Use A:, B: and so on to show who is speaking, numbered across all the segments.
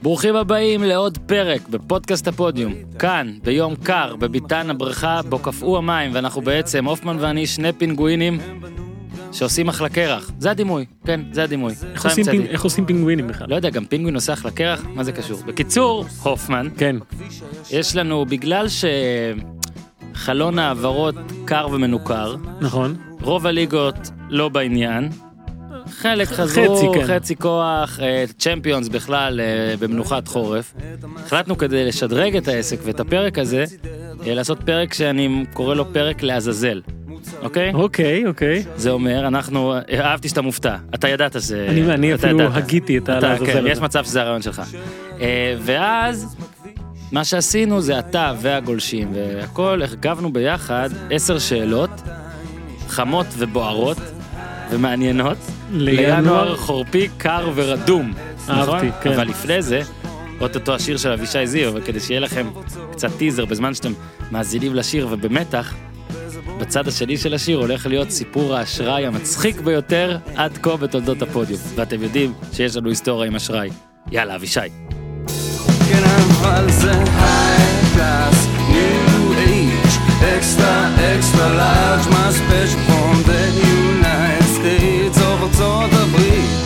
A: ברוכים הבאים לעוד פרק בפודקאסט הפודיום, כאן ביום קר בביתן הבריכה בו קפאו המים, ואנחנו בעצם, הופמן ואני, שני פינגווינים שעושים אחלה קרח. זה הדימוי, כן, זה הדימוי.
B: איך עושים פינגווינים בכלל?
A: לא יודע, גם פינגווין עושה אחלה קרח, מה זה קשור? בקיצור, הופמן,
B: כן.
A: יש לנו, בגלל שחלון העברות קר ומנוכר,
B: נכון.
A: רוב הליגות לא בעניין, חלק חזרו, חצי כוח, צ'מפיונס בכלל במנוחת חורף. החלטנו כדי לשדרג את העסק ואת הפרק הזה, לעשות פרק שאני קורא לו פרק לעזאזל. אוקיי?
B: אוקיי.
A: זה אומר, אנחנו, אהבתי שאתה מופתע. אתה ידעת זה...
B: אני אפילו הגיתי את לעזאזל הזה.
A: יש מצב שזה הרעיון שלך. ואז, מה שעשינו זה אתה והגולשים, והכל, הגבנו ביחד 10 שאלות, חמות ובוערות, ומעניינות, לינואר חורפי, קר ורדום.
B: אהבתי, כן.
A: אבל לפני זה, אותו השיר של אבישי זיו, וכדי שיהיה לכם קצת טיזר בזמן שאתם מאזינים לשיר ובמתח, בצד השני של השיר הולך להיות סיפור האשראי המצחיק ביותר עד כה בתולדות הפודיום. ואתם יודעים שיש לנו היסטוריה עם אשראי. יאללה, אבישי.
C: כן, אבל זה high class, new age, extra large, my special from the United States of ארצות הברית.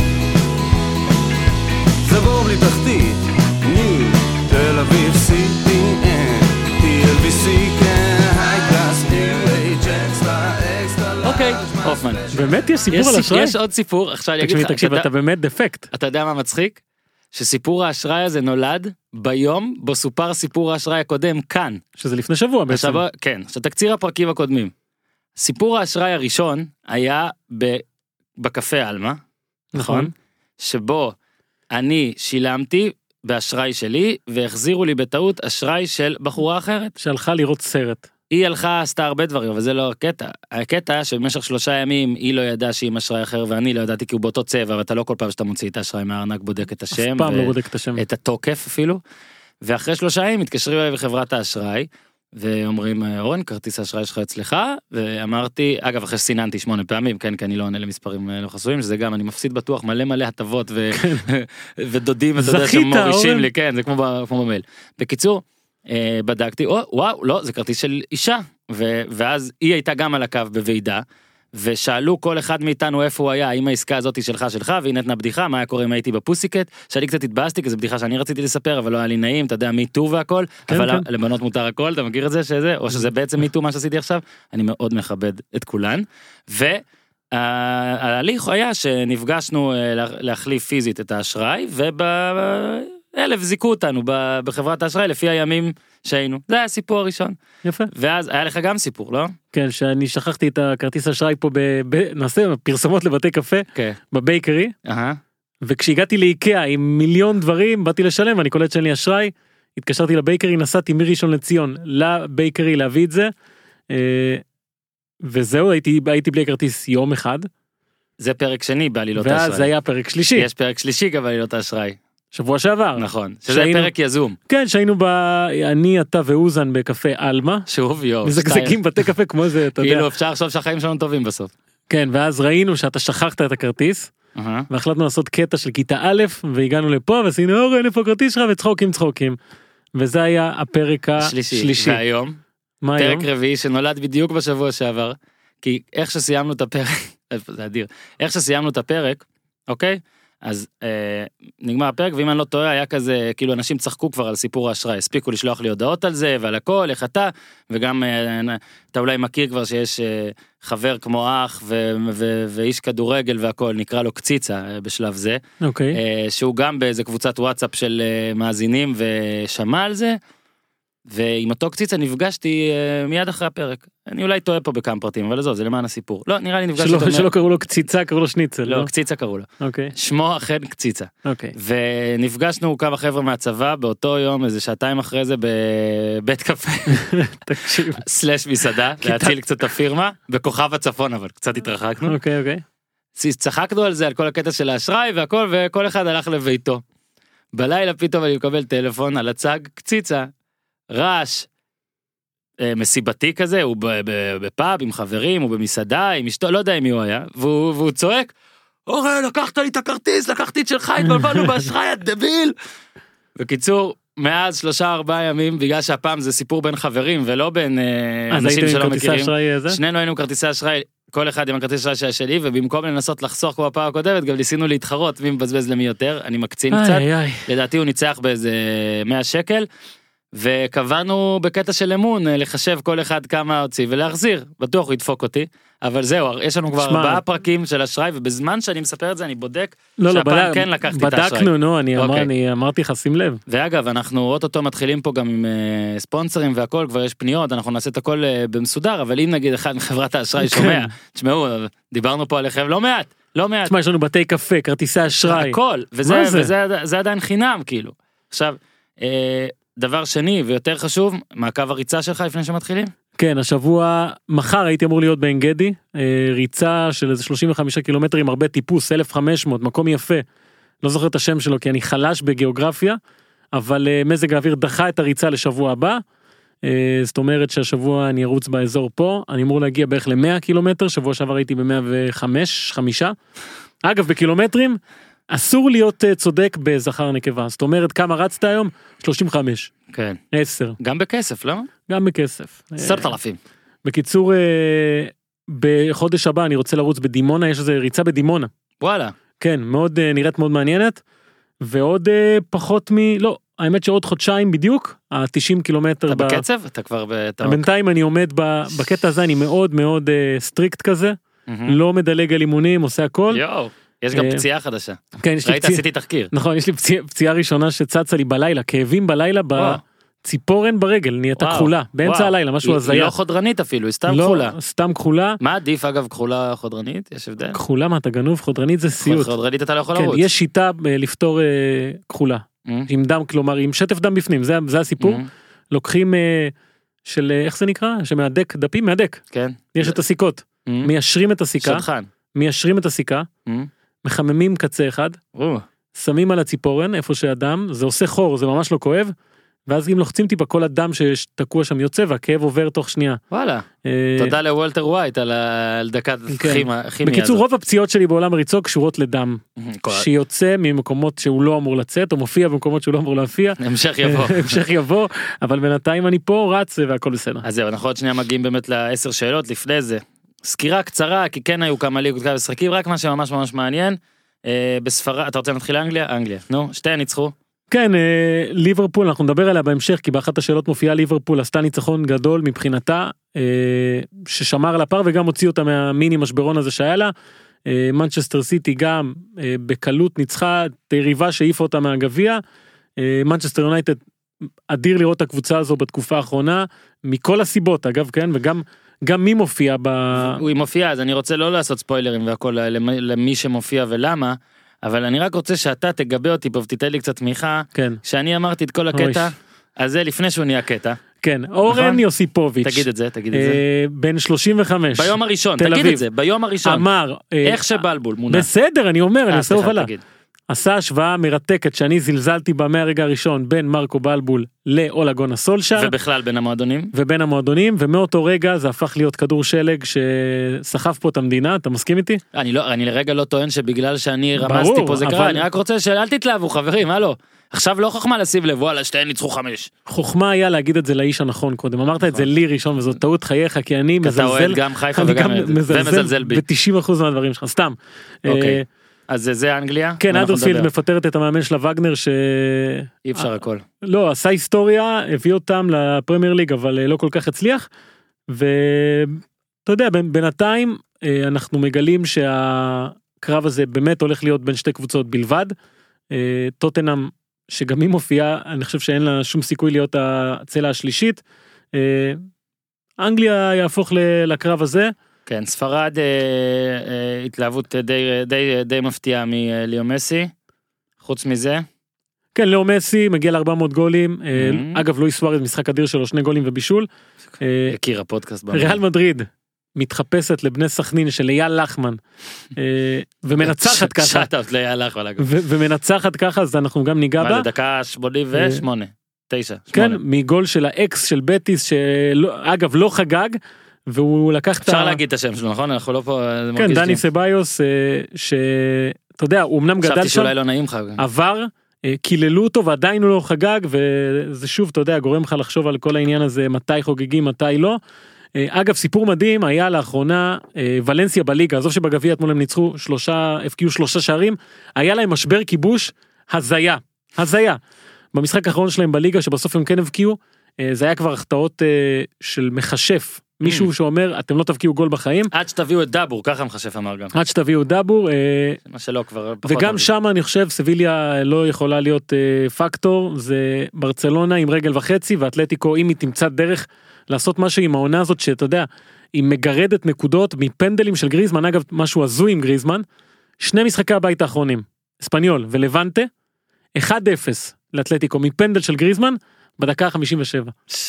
C: זה בור בלי תחתית, new, תל אביב, CPN, TLBC, כן, high class, new age, extra large.
A: אוקיי, הופמן.
B: באמת יש סיפור על אשראי?
A: יש עוד סיפור, עכשיו אני אגיד לך.
B: תקשיב, אתה באמת דפקט.
A: אתה יודע מה מצחיק? שסיפור האשראי הזה נולד ביום בו סופר סיפור האשראי הקודם כאן.
B: שזה לפני שבוע בעצם.
A: כן, שתקציר הפרקים הקודמים. סיפור האשראי הראשון היה בקפה אלמה, נכון? שבו אני שילמתי באשראי שלי, והחזירו לי בטעות אשראי של בחורה אחרת.
B: שהלכה לראות סרט.
A: היא הלכה, עשתה הרבה דברים, אבל זה לא הקטע. הקטע היה שבמשך 3 ימים היא לא ידעה שהיא עם אשראי אחר, ואני לא ידעתי כי הוא באותו צבע, ואתה לא כל פעם שאתה מוציא את האשראי מהארנק בודק את השם.
B: אף פעם לא בודק את השם.
A: את התוקף אפילו. ואחרי 3 ימים מתקשרים אליי בחברת האשראי, ואומרים, אורן, כרטיס האשראי שלך אצלך, ואמרתי, אגב, אחרי סיננתי 8 פעמים, כן, כי אני לא עונה למספרים לא חסויים, שזה גם, אני מפסיד בטוח מלא הטבות, ודודים, אתה יודע, שמורישים לי, כן, זה כמו במייל. בקיצור, בדקתי, וואו, לא, זה כרטיס של אישה, ואז היא הייתה גם על הקו בוועידה, ושאלו כל אחד מאיתנו איפה הוא היה, האם העסקה הזאת היא שלך, והיא נתנה בדיחה, מה היה קורה אם הייתי בפוסיקט, שאני קצת התבאסתי, כי זו בדיחה שאני רציתי לספר, אבל לא היה לי נעים, אתה יודע, מיטו והכל, אבל לבנות מותר הכל, אתה מכיר את זה שזה, או שזה בעצם מיטו מה שעשיתי עכשיו, אני מאוד מכבד את כולן, וההליך היה שנפגשנו להחליף פיזית את האשראי, זיקו אותנו בחברת האשראי לפי הימים שהיינו. זה היה הסיפור הראשון.
B: יפה.
A: ואז היה לך גם סיפור, לא?
B: כן, שאני שכחתי את הכרטיס האשראי פה נעשה פרסומות לבתי קפה, בבייקרי, וכשהגעתי לאיקאה עם מיליון דברים, באתי לשלם, ואני קולט שאין לי אשראי, התקשרתי לבייקרי, נסעתי מראשון לציון לבייקרי להביא את זה, וזהו, הייתי בלי כרטיס יום אחד.
A: זה פרק שני בעלילות האשראי.
B: ואז זה היה פרק שלישי.
A: יש פרק שלישי גם בעלילות האשראי.
B: שבוע שעבר.
A: נכון. שזה פרק יזום.
B: כן, שהיינו אני, אתה ואוזן בקפה אלמה.
A: שוב, יו.
B: מזגזגים בתי קפה כמו זה, אתה יודע.
A: כאילו אפשר לחשוב שהחיים שלנו טובים בסוף.
B: כן, ואז ראינו שאתה שכחת את הכרטיס, והחלטנו לעשות קטע של כיתה א', והגענו לפה, ועשינו, אורן, איפה הכרטיס שלך, וצחוקים. וזה היה הפרק השלישי.
A: והיום, פרק רביעי שנולד בדיוק בשבוע שעבר, כי איך שסיימנו את הפרק, זה אדיר, איך שסיימנו את הפרק, אוקיי? אז נגמר הפרק, ואם אני לא טועה, היה כזה, כאילו אנשים צחקו כבר על סיפור האשראי, הספיקו לשלוח לי הודעות על זה, ועל הכל, איך אתה, וגם אתה אולי מכיר כבר שיש חבר כמו אח, ואיש כדורגל והכל, נקרא לו קציצה בשלב זה, שהוא גם באיזה קבוצת וואטסאפ של מאזינים, ושמע על זה, ועם אותו קציצה נפגשתי מיד אחרי הפרק. אני אולי טועה פה בכמה פרטים, אבל זה למען הסיפור. לא, נראה לי נפגשתי...
B: שלא קראו לו קציצה, קראו לו שניצל.
A: לא, קציצה קראו לו. שמו אכן קציצה. ונפגשנו כמה חבר'ה מהצבא, באותו יום, איזה 2 שעות אחרי זה, בבית קפה.
B: תקשיב.
A: סלש מסעדה, להציל קצת את הפירמה, בכוכב הצפון, אבל קצת התרחקנו.
B: אוקיי.
A: צחקנו על זה, על כל הקטע של האשראי והכל, וכל אחד הלך לביתו. בלילה פתאום אני מקבל טלפון על הצג, קציצה. רעש מסיבתי כזה, הוא בפאב עם חברים, הוא במסעדה, עם אשתו, לא יודע מי הוא היה, והוא צועק, אורן, לקחת לי את הכרטיס, לקחתי את שלך, התבלבלנו באשראי, הדביל, בקיצור, מאז 3-4 ימים, בגלל שהפעם זה סיפור בין חברים, ולא בין אנשים שלא מכירים, שנינו היינו כרטיסי אשראי, כל אחד עם הכרטיס אשראי שלי, ובמקום לנסות לחסוך כמו הפעם הקודמת, גם ניסינו להתחרות, מי מבזבז למי יותר, אני מקצין קצת, לדעתי הוא ניצח באיזה 100 שקל, וקבענו בקטע של אמון, לחשב כל אחד כמה הוציא, ולהחזיר, בטוח הוא ידפוק אותי, אבל זהו, יש לנו כבר 4 פרקים של אשראי, ובזמן שאני מספר את זה, אני בודק שהפעם כן לקחתי את האשראי.
B: בדקנו, נו, אני אמרתי לך, שים לב.
A: ואגב, אנחנו אוטוטו מתחילים פה גם עם ספונסרים והכל, כבר יש פניות, אנחנו נעשה את הכל במסודר, אבל אם נגיד אחד מחברת האשראי שומע, תשמעו, דיברנו פה עליכם לא מעט.
B: תשמע, יש לנו בתי קפה, כרטיסי אשראי.
A: הכל, וזה עדיין חינם, כאילו. עכשיו, דבר שני ויותר חשוב, מעקב הריצה שלך לפני שמתחילים?
B: כן, השבוע, מחר הייתי אמור להיות בעין גדי, ריצה של איזה 35 קילומטרים, הרבה טיפוס, 1500, מקום יפה, לא זוכר את השם שלו כי אני חלש בגיאוגרפיה, אבל מזג האוויר דחה את הריצה לשבוע הבא, זאת אומרת שהשבוע אני ארוץ באזור פה, אני אמור להגיע בערך ל100 קילומטר, שבוע שעבר הייתי ב105, אגב בקילומטרים, אסור להיות צודק בזכר נקבה, זאת אומרת כמה רצת היום? 35.
A: כן.
B: 10.
A: גם בכסף, לא?
B: גם בכסף.
A: 10,000.
B: בקיצור, בחודש הבא אני רוצה לרוץ בדימונה, יש איזו ריצה בדימונה.
A: וואלה.
B: כן, מאוד, נראית מאוד מעניינת, ועוד פחות לא, האמת שעוד חודשיים בדיוק, ה-90 קילומטר.
A: אתה בקצב? אתה כבר
B: בינתיים אני עומד בקטע הזה, אני מאוד מאוד סטריקט כזה, לא מדלג על אימונים, עושה הכל.
A: יואו. יש גם פציעה חדשה.
B: כן, יש לי
A: ראית, עשיתי תחקיר.
B: נכון, יש לי פציעה ראשונה שצצה לי בלילה, כאבים בלילה בציפורן ברגל, נהייתה כחולה, באמצע הלילה, משהו הזיה.
A: היא לא חודרנית אפילו, היא סתם כחולה.
B: לא, סתם כחולה.
A: מה עדיף אגב, כחולה חודרנית? יש הבדל?
B: כחולה, מה אתה גנוב? חודרנית זה סיוט.
A: חודרנית אתה לא יכול לרוץ.
B: כן, יש שיטה לפתור כחולה. עם דם, כלומר, עם שטף דם בפנים, זה הסיפור. לוקחים של, איך זה נקרא? שמהדק, דפים מהדק.
A: כן.
B: יש את הסיכות. מיישרים את הסיכה.
A: שטחן.
B: מיישרים את הסיכה. מחממים קצה אחד, שמים על הציפורן, איפה שהדם, זה עושה חור, זה ממש לא כואב, ואז אם לוחצים טיפה כל הדם שתקוע שם יוצא, והכאב עובר תוך שנייה.
A: וואלה, תודה לוולטר ווייט על דקת כימיה.
B: בקיצור, רוב הפציעות שלי בעולם הריצות קשורות לדם, שיוצא ממקומות שהוא לא אמור לצאת, או מופיע במקומות שהוא לא אמור להופיע. המשך יבוא, אבל בינתיים אני פה, רץ, והכל בסדר.
A: אז זהו, אנחנו עוד שנייה מגיעים באמת ל10 שאלות, לפני זה. סקירה קצרה, כי כן היו כמה ליגות כאלה משחקים, רק מה שממש ממש מעניין, בספרד, אתה רוצה להתחיל אנגליה? נו, שתי ניצחו.
B: כן, ליברפול, אנחנו נדבר עליה בהמשך, כי באחת השאלות מופיעה ליברפול, עשתה ניצחון גדול מבחינתה, ששמר על הפר וגם הוציא אותה מהמיני משברון הזה שהיה לה, מנצ'סטר סיטי גם בקלות ניצחה, יריבה שהעיפה אותה מהגביע, מנצ'סטר יונייטד, אדיר לראות את הקבוצה הזו בתקופה האחרונה, מכל הסיבות אגב, כן, וגם מי מופיע
A: הוא מופיע, אז אני רוצה לא לעשות ספוילרים והכל למי שמופיע ולמה, אבל אני רק רוצה שאתה תגבה אותי פה ותיתן לי קצת תמיכה,
B: כן.
A: שאני אמרתי את כל הקטע, אז זה לפני שהוא נהיה קטע.
B: כן, אורן יוסיפוביץ'.
A: תגיד את זה.
B: בן 35.
A: ביום הראשון, תגיד את זה, ביום הראשון.
B: אמר.
A: איך שבלבול מונע.
B: בסדר, אני אומר, אני עושה הובלה. עשה השוואה מרתקת שאני זלזלתי בה מהרגע הראשון בין מרקו בלבול לאולה גונה סולשר.
A: ובכלל
B: בין המועדונים. ומאותו רגע זה הפך להיות כדור שלג שסחף פה את המדינה, אתה מסכים איתי?
A: אני לרגע לא טוען שבגלל שאני רמזתי פה זה קרה, אני רק רוצה שאל תתלהבו חברים, הלו. עכשיו לא חוכמה לשים לב, וואלה, שתיהן ניצחו 5.
B: חוכמה היה להגיד את זה לאיש הנכון קודם, אמרת את זה לי ראשון וזאת טעות חייך, כי אני מזלזל,
A: גם חיפה וגם
B: מזלזל ב-90% מהדברים שלך, סתם.
A: אוקיי. אז זה אנגליה?
B: כן, אדרפילד מפטרת את המאמן של הווגנר
A: אי אפשר הכל.
B: לא, עשה היסטוריה, הביא אותם לפרמייר ליג, אבל לא כל כך הצליח, ואתה יודע, בינתיים אנחנו מגלים שהקרב הזה באמת הולך להיות בין שתי קבוצות בלבד, טוטנהאם, שגם היא מופיעה, אני חושב שאין לה שום סיכוי להיות הצלע השלישית, אנגליה יהפוך לקרב הזה,
A: כן, ספרד התלהבות די מפתיעה מליאו מסי, חוץ מזה.
B: כן, ליאו מסי מגיע ל400 גולים, אגב לואיס סוארז משחק אדיר שלו, 2 גולים ובישול.
A: הכיר הפודקאסט.
B: ריאל מדריד מתחפשת לבני סכנין של אייל לחמן, ומנצחת ככה.
A: שאט-אאוט לאייל לחמן.
B: ומנצחת ככה, אז אנחנו גם ניגע בה.
A: לדקה 88, 9.
B: כן, מגול של האקס של בטיס, שאגב לא חגג, והוא לקח
A: אפשר להגיד את השם שלו, נכון? אנחנו לא פה...
B: כן, דני סביוס, שאתה יודע, הוא אמנם גדל שם,
A: שאולי לא נעים לך.
B: עבר קיללו אותו ועדיין הוא לא חגג, וזה שוב, אתה יודע, גורם לך לחשוב על כל העניין הזה, מתי חוגגים, מתי לא. אגב, סיפור מדהים, היה לאחרונה ולנסיה בליגה, עזוב שבגביע אתמול הם ניצחו הפקיעו 3 שערים, היה להם משבר כיבוש, הזיה. במשחק האחרון שלהם בליגה, שבסוף הם כן הבקיעו, זה היה כבר החטאות של מחשף, מישהו שאומר, אתם לא תבקיעו גול בחיים.
A: עד שתביאו את דאבור, ככה מחשף אמר גם.
B: עד שתביאו את דאבור.
A: מה שלא כבר פחות.
B: וגם שם אני חושב, סביליה לא יכולה להיות פקטור, זה ברצלונה עם רגל וחצי, ואתלטיקו, אם היא תמצא דרך לעשות משהו עם העונה הזאת, שאתה יודע, היא מגרדת נקודות מפנדלים של גריזמן, אגב, משהו הזוי עם גריזמן, 2 משחקי הבית האחרונים, אספניול ולוונטה, 1-0 לאתלטיקו מפנדל של גריזמן, בדקה 57.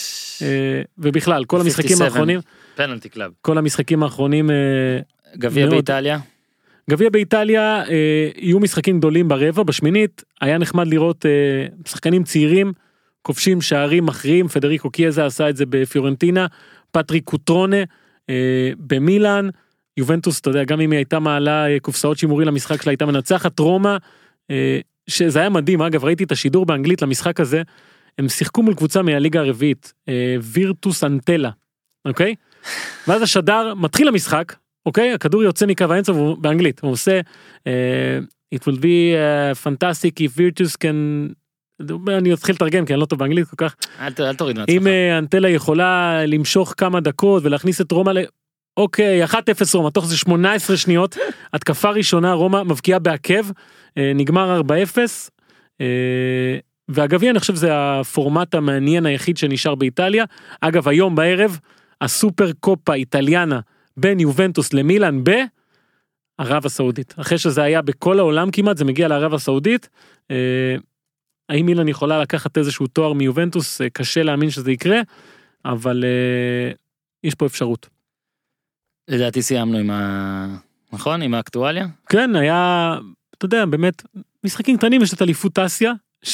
B: ובכלל, כל המשחקים האחרונים,
A: פנלטי קלאב.
B: כל המשחקים האחרונים,
A: גביע באיטליה.
B: גביע באיטליה, יהיו משחקים גדולים ברבע, בשמינית, היה נחמד לראות שחקנים צעירים, כובשים שערים מכריעים, פדריקו קיאזה עשה את זה בפיורנטינה, פטריק קוטרונה במילאן, יובנטוס, אתה יודע, גם אם היא הייתה מעלה קופסאות שימורי למשחק שלה, הייתה מנצחת, רומא, שזה היה מדהים, אגב, ראיתי את השידור באנגלית למשחק הזה, הם שיחקו מול קבוצה מהליגה הרביעית, וירטוס אנטלה, אוקיי? ואז השדר מתחיל המשחק, אוקיי? הכדור יוצא מקו האמצע באנגלית, הוא עושה, it will be fantastic if Virtus can, אני אתחיל לתרגם כי אני לא טוב באנגלית כל כך,
A: אל תוריד מעצמך.
B: אם אנטלה יכולה למשוך כמה דקות ולהכניס את רומא, אוקיי, 1-0 רומא, תוך זה 18 שניות, התקפה ראשונה, רומא מבקיעה בעקב, נגמר 4-0, והגביע אני חושב זה הפורמט המעניין היחיד שנשאר באיטליה, אגב היום בערב, הסופר קופה איטליאנה, בין יובנטוס למילאן בערב הסעודית, אחרי שזה היה בכל העולם כמעט, זה מגיע לערב הסעודית, האם מילאן יכולה לקחת איזשהו תואר מיובנטוס, קשה להאמין שזה יקרה, אבל יש פה אפשרות.
A: לדעתי סיימנו נכון? עם האקטואליה?
B: כן, היה, אתה יודע, באמת, משחקים קטנים, יש את אליפות אסיה,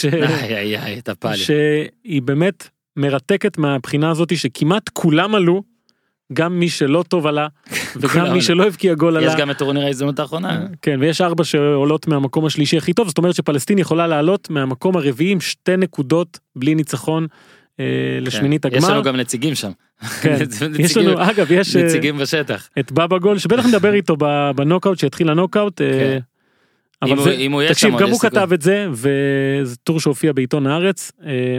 B: שהיא באמת מרתקת מהבחינה הזאת, שכמעט כולם עלו, גם מי שלא טוב עלה, וגם מי שלא הבקיע גול עלה.
A: יש גם את טורניר ההזדמנות האחרונה.
B: כן, ויש 4 שעולות מהמקום השלישי הכי טוב, זאת אומרת שפלסטין יכולה לעלות מהמקום הרביעי עם 2 נקודות בלי ניצחון לשמינית הגמר.
A: יש לנו גם נציגים שם.
B: יש לנו, אגב, יש
A: נציגים בשטח.
B: את בבא גול, שבטח נדבר איתו בנוקאוט, שהתחיל הנוקאוט, אבל תקשיב, גם הוא כתב את זה, וזה טור שהופיע בעיתון הארץ,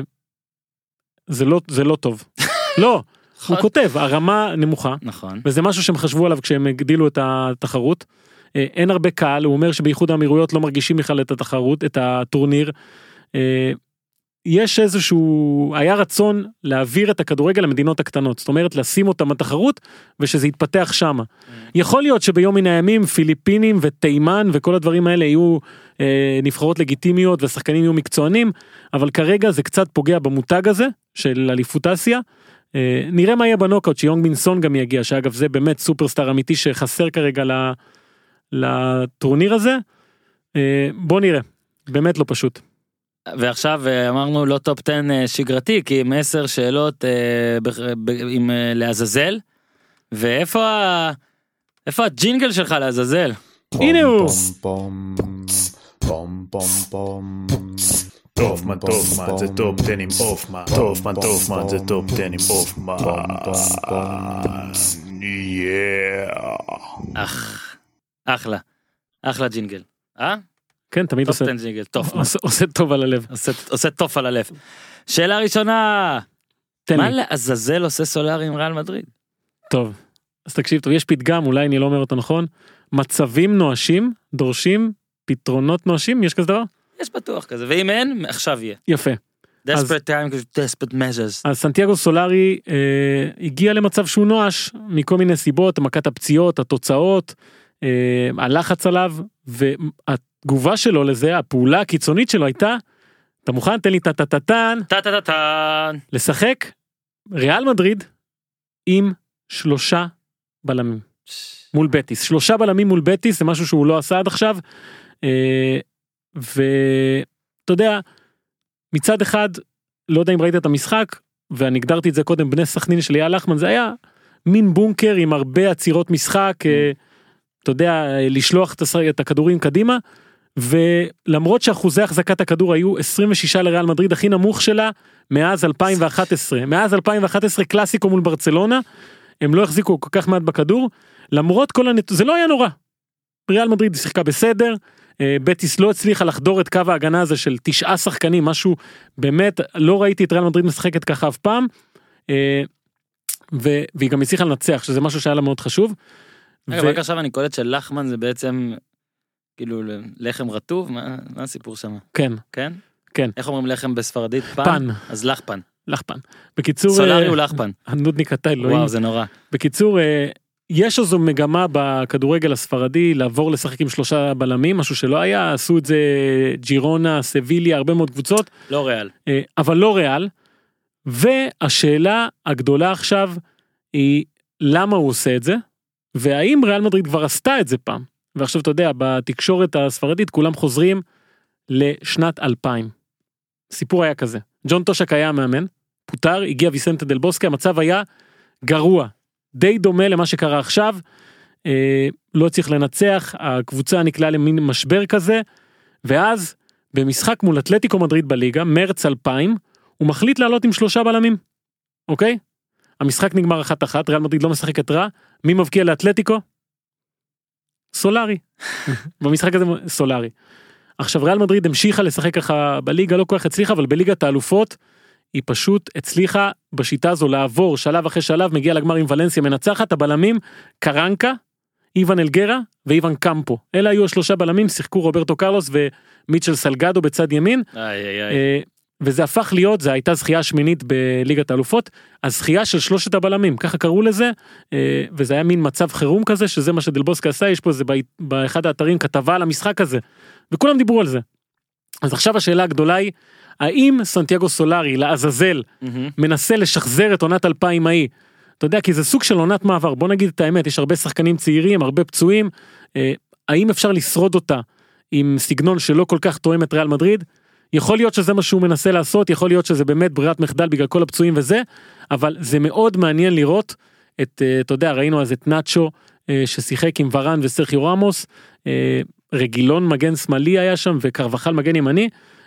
B: זה לא טוב. לא, הוא כותב, הרמה נמוכה, וזה משהו שהם חשבו עליו כשהם הגדילו את התחרות, אין הרבה קהל, הוא אומר שבייחוד האמירויות לא מרגישים בכלל את התחרות, את הטורניר, יש איזשהו, היה רצון להעביר את הכדורגל למדינות הקטנות, זאת אומרת לשים אותם בתחרות ושזה יתפתח שם. יכול להיות שביום מן הימים פיליפינים ותימן וכל הדברים האלה יהיו נבחרות לגיטימיות והשחקנים יהיו מקצוענים, אבל כרגע זה קצת פוגע במותג הזה של אליפות אסיה. נראה מה יהיה בנוקאוט, שיונג מינסון גם יגיע, שאגב זה באמת סופרסטאר אמיתי שחסר כרגע לטורניר הזה. בוא נראה, באמת לא פשוט.
A: ועכשיו אמרנו לא טופ 10 שגרתי, כי עם 10 שאלות עם לעזאזל, ואיפה הג'ינגל שלך לעזאזל?
B: הנה הוא!
C: טופמן, זה טופ 10 עם אופמן. טופמן, זה טופ 10 עם אופמן.
A: אחלה ג'ינגל.
B: כן, תמיד עושה טוב על הלב.
A: עושה טוב על הלב. שאלה ראשונה, מה לעזאזל עושה סולארי עם ריאל מדריד?
B: טוב, אז תקשיב טוב, יש פתגם, אולי אני לא אומר אותו נכון, מצבים נואשים, דורשים פתרונות נואשים, יש כזה דבר?
A: יש בטוח כזה, ואם אין, עכשיו יהיה.
B: יפה.
A: desperate time, desperate measures.
B: אז סנטיאגו סולארי הגיע למצב שהוא נואש, מכל מיני סיבות, מכת הפציעות, התוצאות, הלחץ עליו, והתגובה שלו לזה, הפעולה הקיצונית שלו הייתה, אתה מוכן? תן לי טה-טה-טה-טן, לשחק ריאל מדריד עם 3 בלמים מול בטיס. 3 בלמים מול בטיס, זה משהו שהוא לא עשה עד עכשיו, ואתה יודע, מצד אחד, לא יודע אם ראית את המשחק, ואני הגדרתי את זה קודם, בני סכנין של אייל לחמן, זה היה מין בונקר עם הרבה עצירות משחק, אתה יודע, לשלוח את הכדורים קדימה, ולמרות שאחוזי החזקת הכדור היו 26 לריאל מדריד, הכי נמוך שלה מאז 2011. מאז 2011 קלאסיקו מול ברצלונה, הם לא החזיקו כל כך מעט בכדור, למרות כל זה לא היה נורא. ריאל מדריד שיחקה בסדר, בטיס לא הצליחה לחדור את קו ההגנה הזה של 9 שחקנים, משהו באמת, לא ראיתי את ריאל מדריד משחקת ככה אף פעם, והיא גם הצליחה לנצח, שזה משהו שהיה לה מאוד חשוב.
A: רק עכשיו אני קולט של לחמן זה בעצם, כאילו לחם רטוב, מה הסיפור שם?
B: כן.
A: כן?
B: כן.
A: איך אומרים לחם בספרדית?
B: פן.
A: אז לחפן.
B: לחפן. בקיצור...
A: סולרי הוא לחפן.
B: הנודניק אתה אלוהים.
A: וואו, זה נורא.
B: בקיצור, יש איזו מגמה בכדורגל הספרדי לעבור לשחק עם 3 בלמים, משהו שלא היה, עשו את זה ג'ירונה, סביליה, הרבה מאוד קבוצות.
A: לא ריאל.
B: אבל לא ריאל. והשאלה הגדולה עכשיו היא למה הוא עושה את זה, והאם ריאל מדריד כבר עשתה את זה פעם. ועכשיו אתה יודע, בתקשורת הספרדית כולם חוזרים לשנת 2000. סיפור היה כזה. ג'ון טושק היה מאמן, פוטר, הגיע ויסנטה דל בוסקה, המצב היה גרוע. די דומה למה שקרה עכשיו, לא צריך לנצח, הקבוצה נקלעה למין משבר כזה, ואז במשחק מול אתלטיקו מדריד בליגה, מרץ 2000, הוא מחליט לעלות עם 3 בלמים, אוקיי? המשחק נגמר 1-1, ריאל מדריד לא משחקת רע, מי מבקיע לאתלטיקו? סולרי. במשחק הזה סולרי. עכשיו ריאל מדריד המשיכה לשחק ככה בליגה, לא כל כך הצליחה, אבל בליגת האלופות, היא פשוט הצליחה בשיטה הזו לעבור שלב אחרי שלב, מגיע לגמר עם ולנסיה מנצחת, הבלמים קרנקה, איוון אלגרה ואיוון קמפו. אלה היו 3 בלמים, שיחקו רוברטו קרלוס ומיטשל סלגדו בצד ימין. וזה הפך להיות, זה הייתה זכייה שמינית בליגת האלופות, הזכייה של 3 הבלמים, ככה קראו לזה, וזה היה מין מצב חירום כזה, שזה מה שדל בוסקה עשה, יש פה זה באחד האתרים כתבה על המשחק הזה, וכולם דיברו על זה. אז עכשיו השאלה הגדולה היא, האם סנטיאגו סולרי לעזאזל מנסה לשחזר את עונת 2000 ההיא? אתה יודע, כי זה סוג של עונת מעבר, בוא נגיד את האמת, יש הרבה שחקנים צעירים, הרבה פצועים, האם אפשר לשרוד אותה עם סגנון שלא כל כך תואם את ריאל מדריד? יכול להיות שזה מה שהוא מנסה לעשות, יכול להיות שזה באמת ברירת מחדל בגלל כל הפצועים וזה, אבל זה מאוד מעניין לראות את, אתה יודע, ראינו אז את נאצ'ו ששיחק עם ורן וסרחיו רמוס, רגילון מגן שמאלי היה שם וקרבחל מגן ימני,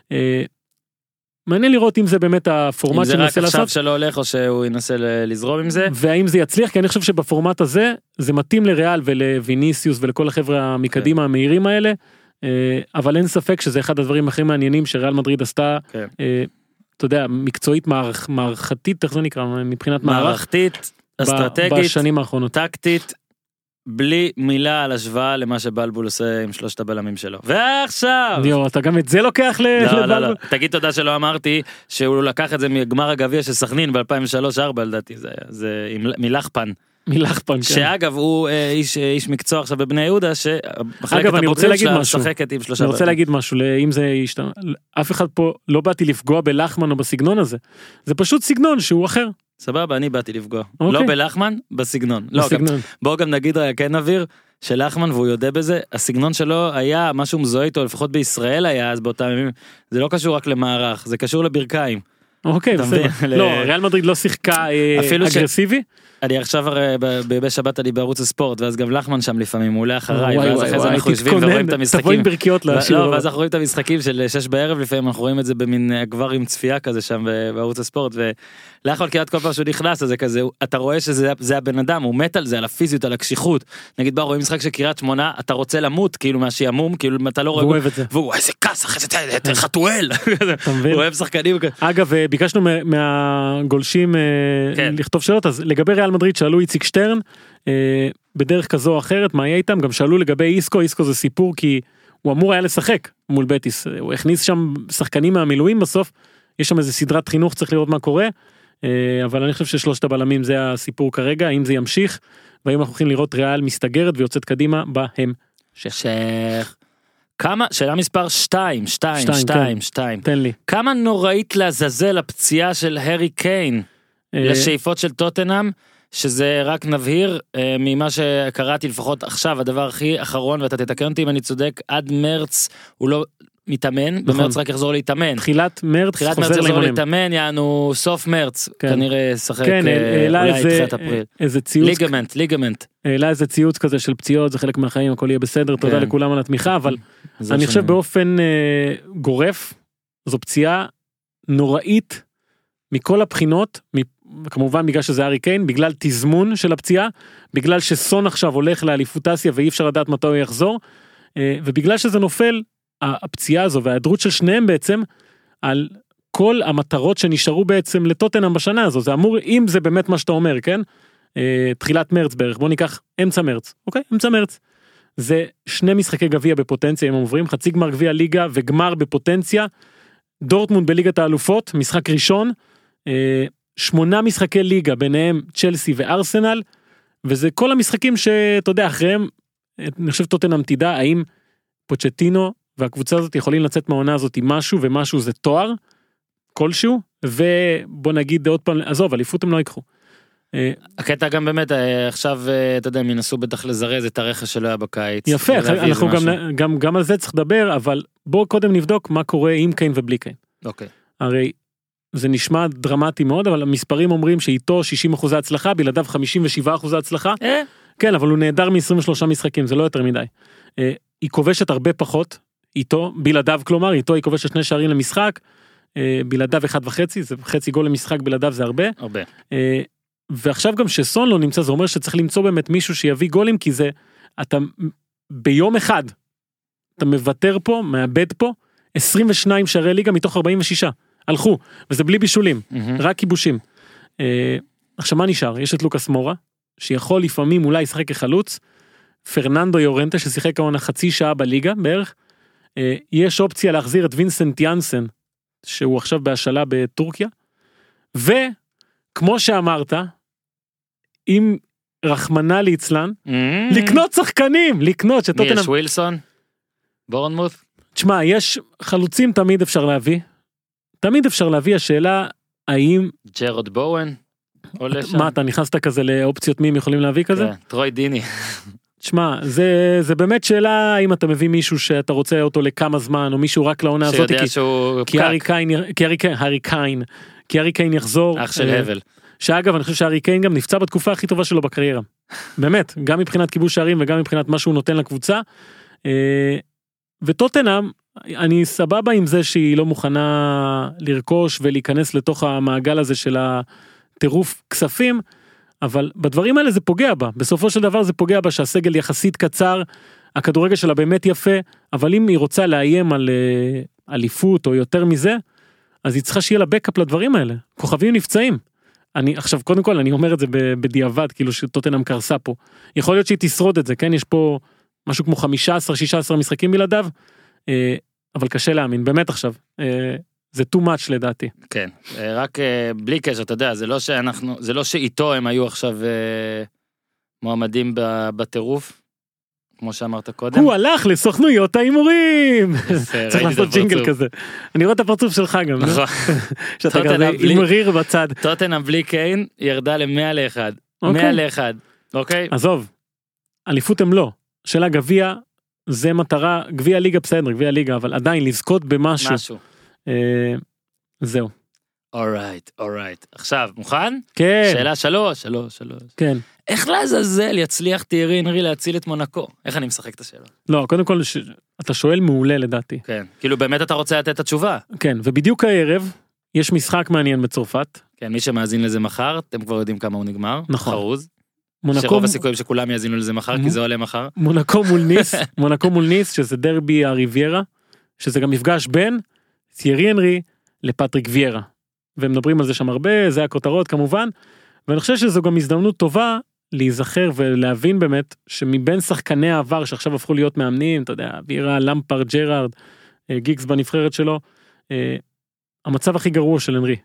B: מעניין לראות אם זה באמת הפורמט
A: שננסה לעשות. אם זה רק עכשיו שלא הולך או שהוא ינסה לזרום עם זה.
B: והאם זה יצליח, כי אני חושב שבפורמט הזה זה מתאים לריאל ולוויניסיוס ולכל החבר'ה מקדימה המהירים האלה, אבל אין ספק שזה אחד הדברים הכי מעניינים שריאל מדריד עשתה, אתה יודע, מקצועית מערכתית, איך זה נקרא, מבחינת
A: מערכתית, אסטרטגית,
B: בשנים האחרונות.
A: טקטית, בלי מילה על השוואה למה שבלבול עושה עם 3 הבלמים שלו. ועכשיו!
B: דיו, אתה גם את זה לוקח לבלבול?
A: לא. תגיד תודה שלא אמרתי שהוא לקח את זה מגמר הגביע של סכנין ב-2003-2004 לדעתי, זה מלחפן.
B: מלחפן, כן.
A: שאגב הוא איש מקצוע עכשיו בבני יהודה,
B: אגב, אני רוצה להגיד משהו.
A: עם 3
B: אני רוצה להגיד משהו, אם זה ישתנה, אף אחד פה לא באתי לפגוע בלחמן או בסגנון הזה, זה פשוט סגנון שהוא אחר.
A: סבבה, אני באתי לפגוע. לא בלחמן, בסגנון. בואו גם נגיד, כן נבהיר, שלחמן, והוא יודע בזה, הסגנון שלו היה משהו מזוהה איתו, לפחות בישראל היה אז באותם ימים, זה לא קשור רק למערך, זה קשור לברכיים.
B: אוקיי, בסדר. לא, ריאל מדריד לא שיחקה אגרסיבי?
A: אני עכשיו בשבת אני בערוץ הספורט, ואז גם לחמן שם לפעמים, הוא עולה אחריי, ואז אחרי זה אנחנו יושבים ורואים את המשחקים.
B: תבוא עם ברכיות להשאיר.
A: לא, ואז אנחנו רואים את המשחקים של 6 בערב, לפעמים אנחנו רואים את זה במין כבר עם צפייה כזה שם בערוץ הספורט, ולאחל כמעט כל פעם שהוא נכנס, אז זה כזה, אתה רואה שזה הבן אדם, הוא מת על זה, על הפיזיות, על הקשיחות. נגיד בא, רואים משחק של קריית שמונה, אתה רוצה למות, כאילו מהשעמום, כאילו אתה לא רואה, והוא איזה כסח, איזה חתואל. הוא אוהב שחקנים. אגב,
B: ביקשנו מהגולשים לכתוב שאלות, אז לגבי ריאל מדריד שאלו איציק שטרן, בדרך כזו או אחרת, מה יהיה איתם? גם שאלו לגבי איסקו, איסקו זה סיפור כי הוא אמור היה לשחק מול בטיס, הוא הכניס שם שחקנים מהמילואים בסוף, יש שם איזה סדרת חינוך, צריך לראות מה קורה, אבל אני חושב ש3 הבלמים זה הסיפור כרגע, האם זה ימשיך, והאם אנחנו הולכים לראות ריאל מסתגרת ויוצאת קדימה בהם.
A: כמה, שאלה מספר 2,
B: תן לי.
A: כמה נוראית לעזאזל הפציעה של הרי קיין לשאיפות של טוטנהאם, שזה רק נבהיר ממה שקראתי לפחות עכשיו, הדבר הכי אחרון, ואתה תתקן אותי אם אני צודק, עד מרץ הוא מתאמן, במרץ רק יחזור להתאמן.
B: תחילת מרץ
A: יחזור להתאמן, יענו סוף מרץ, כנראה שחק אולי תחילת אפריל. ליגמנט.
B: העלה איזה ציוץ כזה של פציעות, זה חלק מהחיים, הכל יהיה בסדר, תודה לכולם על התמיכה, אבל אני חושב באופן גורף, זו פציעה נוראית מכל הבחינות, כמובן בגלל שזה הארי קיין, בגלל תזמון של הפציעה, בגלל שסון עכשיו הולך לאליפות אסיה ואי אפשר לדעת מתי הוא יחזור, ובגלל שזה נופל, הפציעה הזו וההיעדרות של שניהם בעצם, על כל המטרות שנשארו בעצם לטוטנהאם בשנה הזו, זה אמור, אם זה באמת מה שאתה אומר, כן? תחילת מרץ בערך, בוא ניקח אמצע מרץ, אוקיי? אמצע מרץ. זה 2 משחקי גביע בפוטנציה, אם עוברים, חצי גמר גביע ליגה וגמר בפוטנציה, דורטמונד בליגת האלופות, משחק ראשון, 8 משחקי ליגה, ביניהם צ'לסי וארסנל, וזה כל המשחקים שאתה יודע, אחריהם, אני חושב טוטנהאם תדע, האם פוצ'טינו והקבוצה הזאת יכולים לצאת מהעונה הזאת עם משהו, ומשהו זה תואר, כלשהו, ובוא נגיד עוד פעם, עזוב, אליפות הם לא ייקחו.
A: הקטע גם באמת, עכשיו, אתה יודע, הם ינסו בטח לזרז את הרכש שלו היה בקיץ.
B: יפה, אנחנו גם על זה צריך לדבר, אבל בואו קודם נבדוק מה קורה עם קיין ובלי קיין.
A: אוקיי.
B: הרי זה נשמע דרמטי מאוד, אבל המספרים אומרים שאיתו 60% הצלחה, בלעדיו 57% הצלחה. כן, אבל הוא נהדר מ-23 משחקים, זה לא יותר מדי. היא כובשת הרבה פחות, איתו, בלעדיו, כלומר, איתו היא כובשת 2 שערים למשחק, בלעדיו 1.5, זה חצי גול למשחק, בלעדיו זה הרבה.
A: הרבה.
B: ועכשיו גם שסון לא נמצא, זה אומר שצריך למצוא באמת מישהו שיביא גולים, כי זה, אתה ביום אחד, אתה מוותר פה, מאבד פה, 22 שערי ליגה מתוך 46, הלכו, וזה בלי בישולים, רק כיבושים. עכשיו מה נשאר? יש את לוקאס מורה, שיכול לפעמים אולי ישחק כחלוץ, פרננדו יורנטה, ששיחק העונה חצי שעה בליגה בערך, יש אופציה להחזיר את וינסנט יאנסן, שהוא עכשיו בהשאלה בטורקיה, וכמו שאמרת, אם רחמנה ליצלן, לקנות שחקנים, לקנות
A: מי יש ווילסון? בורנמות'?
B: תשמע, יש חלוצים תמיד אפשר להביא, השאלה האם...
A: ג'רד בואן?
B: מה, אתה נכנסת כזה לאופציות מי הם יכולים להביא כזה?
A: טרוי דיני.
B: תשמע, זה באמת שאלה האם אתה מביא מישהו שאתה רוצה אותו לכמה זמן, או מישהו רק לעונה הזאת, כי הארי קיין יחזור.
A: אח של הבל.
B: שאגב, אני חושב שהארי קיין גם נפצע בתקופה הכי טובה שלו בקריירה. באמת, גם מבחינת כיבוש שערים וגם מבחינת מה שהוא נותן לקבוצה. וטוטנהאם, אני סבבה עם זה שהיא לא מוכנה לרכוש ולהיכנס לתוך המעגל הזה של הטירוף כספים, אבל בדברים האלה זה פוגע בה. בסופו של דבר זה פוגע בה שהסגל יחסית קצר, הכדורגל שלה באמת יפה, אבל אם היא רוצה לאיים על אליפות או יותר מזה, אז היא צריכה שיהיה לה בקאפ לדברים האלה. כוכבים נפצעים. עכשיו, קודם כל, אני אומר את זה בדיעבד, כאילו שטוטנהאם קרסה פה. יכול להיות שהיא תשרוד את זה, כן? יש פה משהו כמו 15-16 משחקים בלעדיו, אבל קשה להאמין, באמת עכשיו. זה too much לדעתי.
A: כן, רק בלי קשר, אתה יודע, זה לא שאיתו הם היו עכשיו מועמדים בטירוף, כמו שאמרת קודם.
B: הוא הלך לסוכנויות ההימורים. צריך לעשות ג'ינגל כזה. אני רואה את הפרצוף שלך גם.
A: נכון.
B: שאתה כזה הימריר בצד.
A: טוטנהאם בלי קיין ירדה ל100-1. 100-1. אוקיי?
B: עזוב. אליפות הם לא. שאלה גביע, זה מטרה, גביע ליגה בסדר, גביע ליגה, אבל עדיין לזכות במשהו.
A: משהו.
B: זהו.
A: אורייט. עכשיו, מוכן?
B: כן.
A: שאלה 3.
B: כן.
A: איך לעזאזל יצליח תיארי אנרי להציל את מונקו? איך אני משחק את השאלה?
B: לא, קודם כל, אתה שואל מעולה לדעתי.
A: כן, כאילו באמת אתה רוצה לתת את התשובה.
B: כן, ובדיוק הערב, יש משחק מעניין בצרפת.
A: כן, מי שמאזין לזה מחר, אתם כבר יודעים כמה הוא נגמר.
B: נכון.
A: חרוז. שרוב הסיכויים שכולם יאזינו לזה מחר, כי זה עולה מחר.
B: מונקו מול ניס, שזה דרבי הריביירה, שזה גם מפגש בין תיארי אנרי לפטריק ויירה. והם מדברים על זה שם הרבה, זה הכותרות כמובן, ואני חושב שזו גם הזדמנות טובה להיזכר ולהבין באמת שמבין שחקני העבר שעכשיו הפכו להיות מאמנים, אתה יודע, ויירה, למפרד, ג'רארד, גיגס בנבחרת שלו, המצב הכי גרוע של אנרי.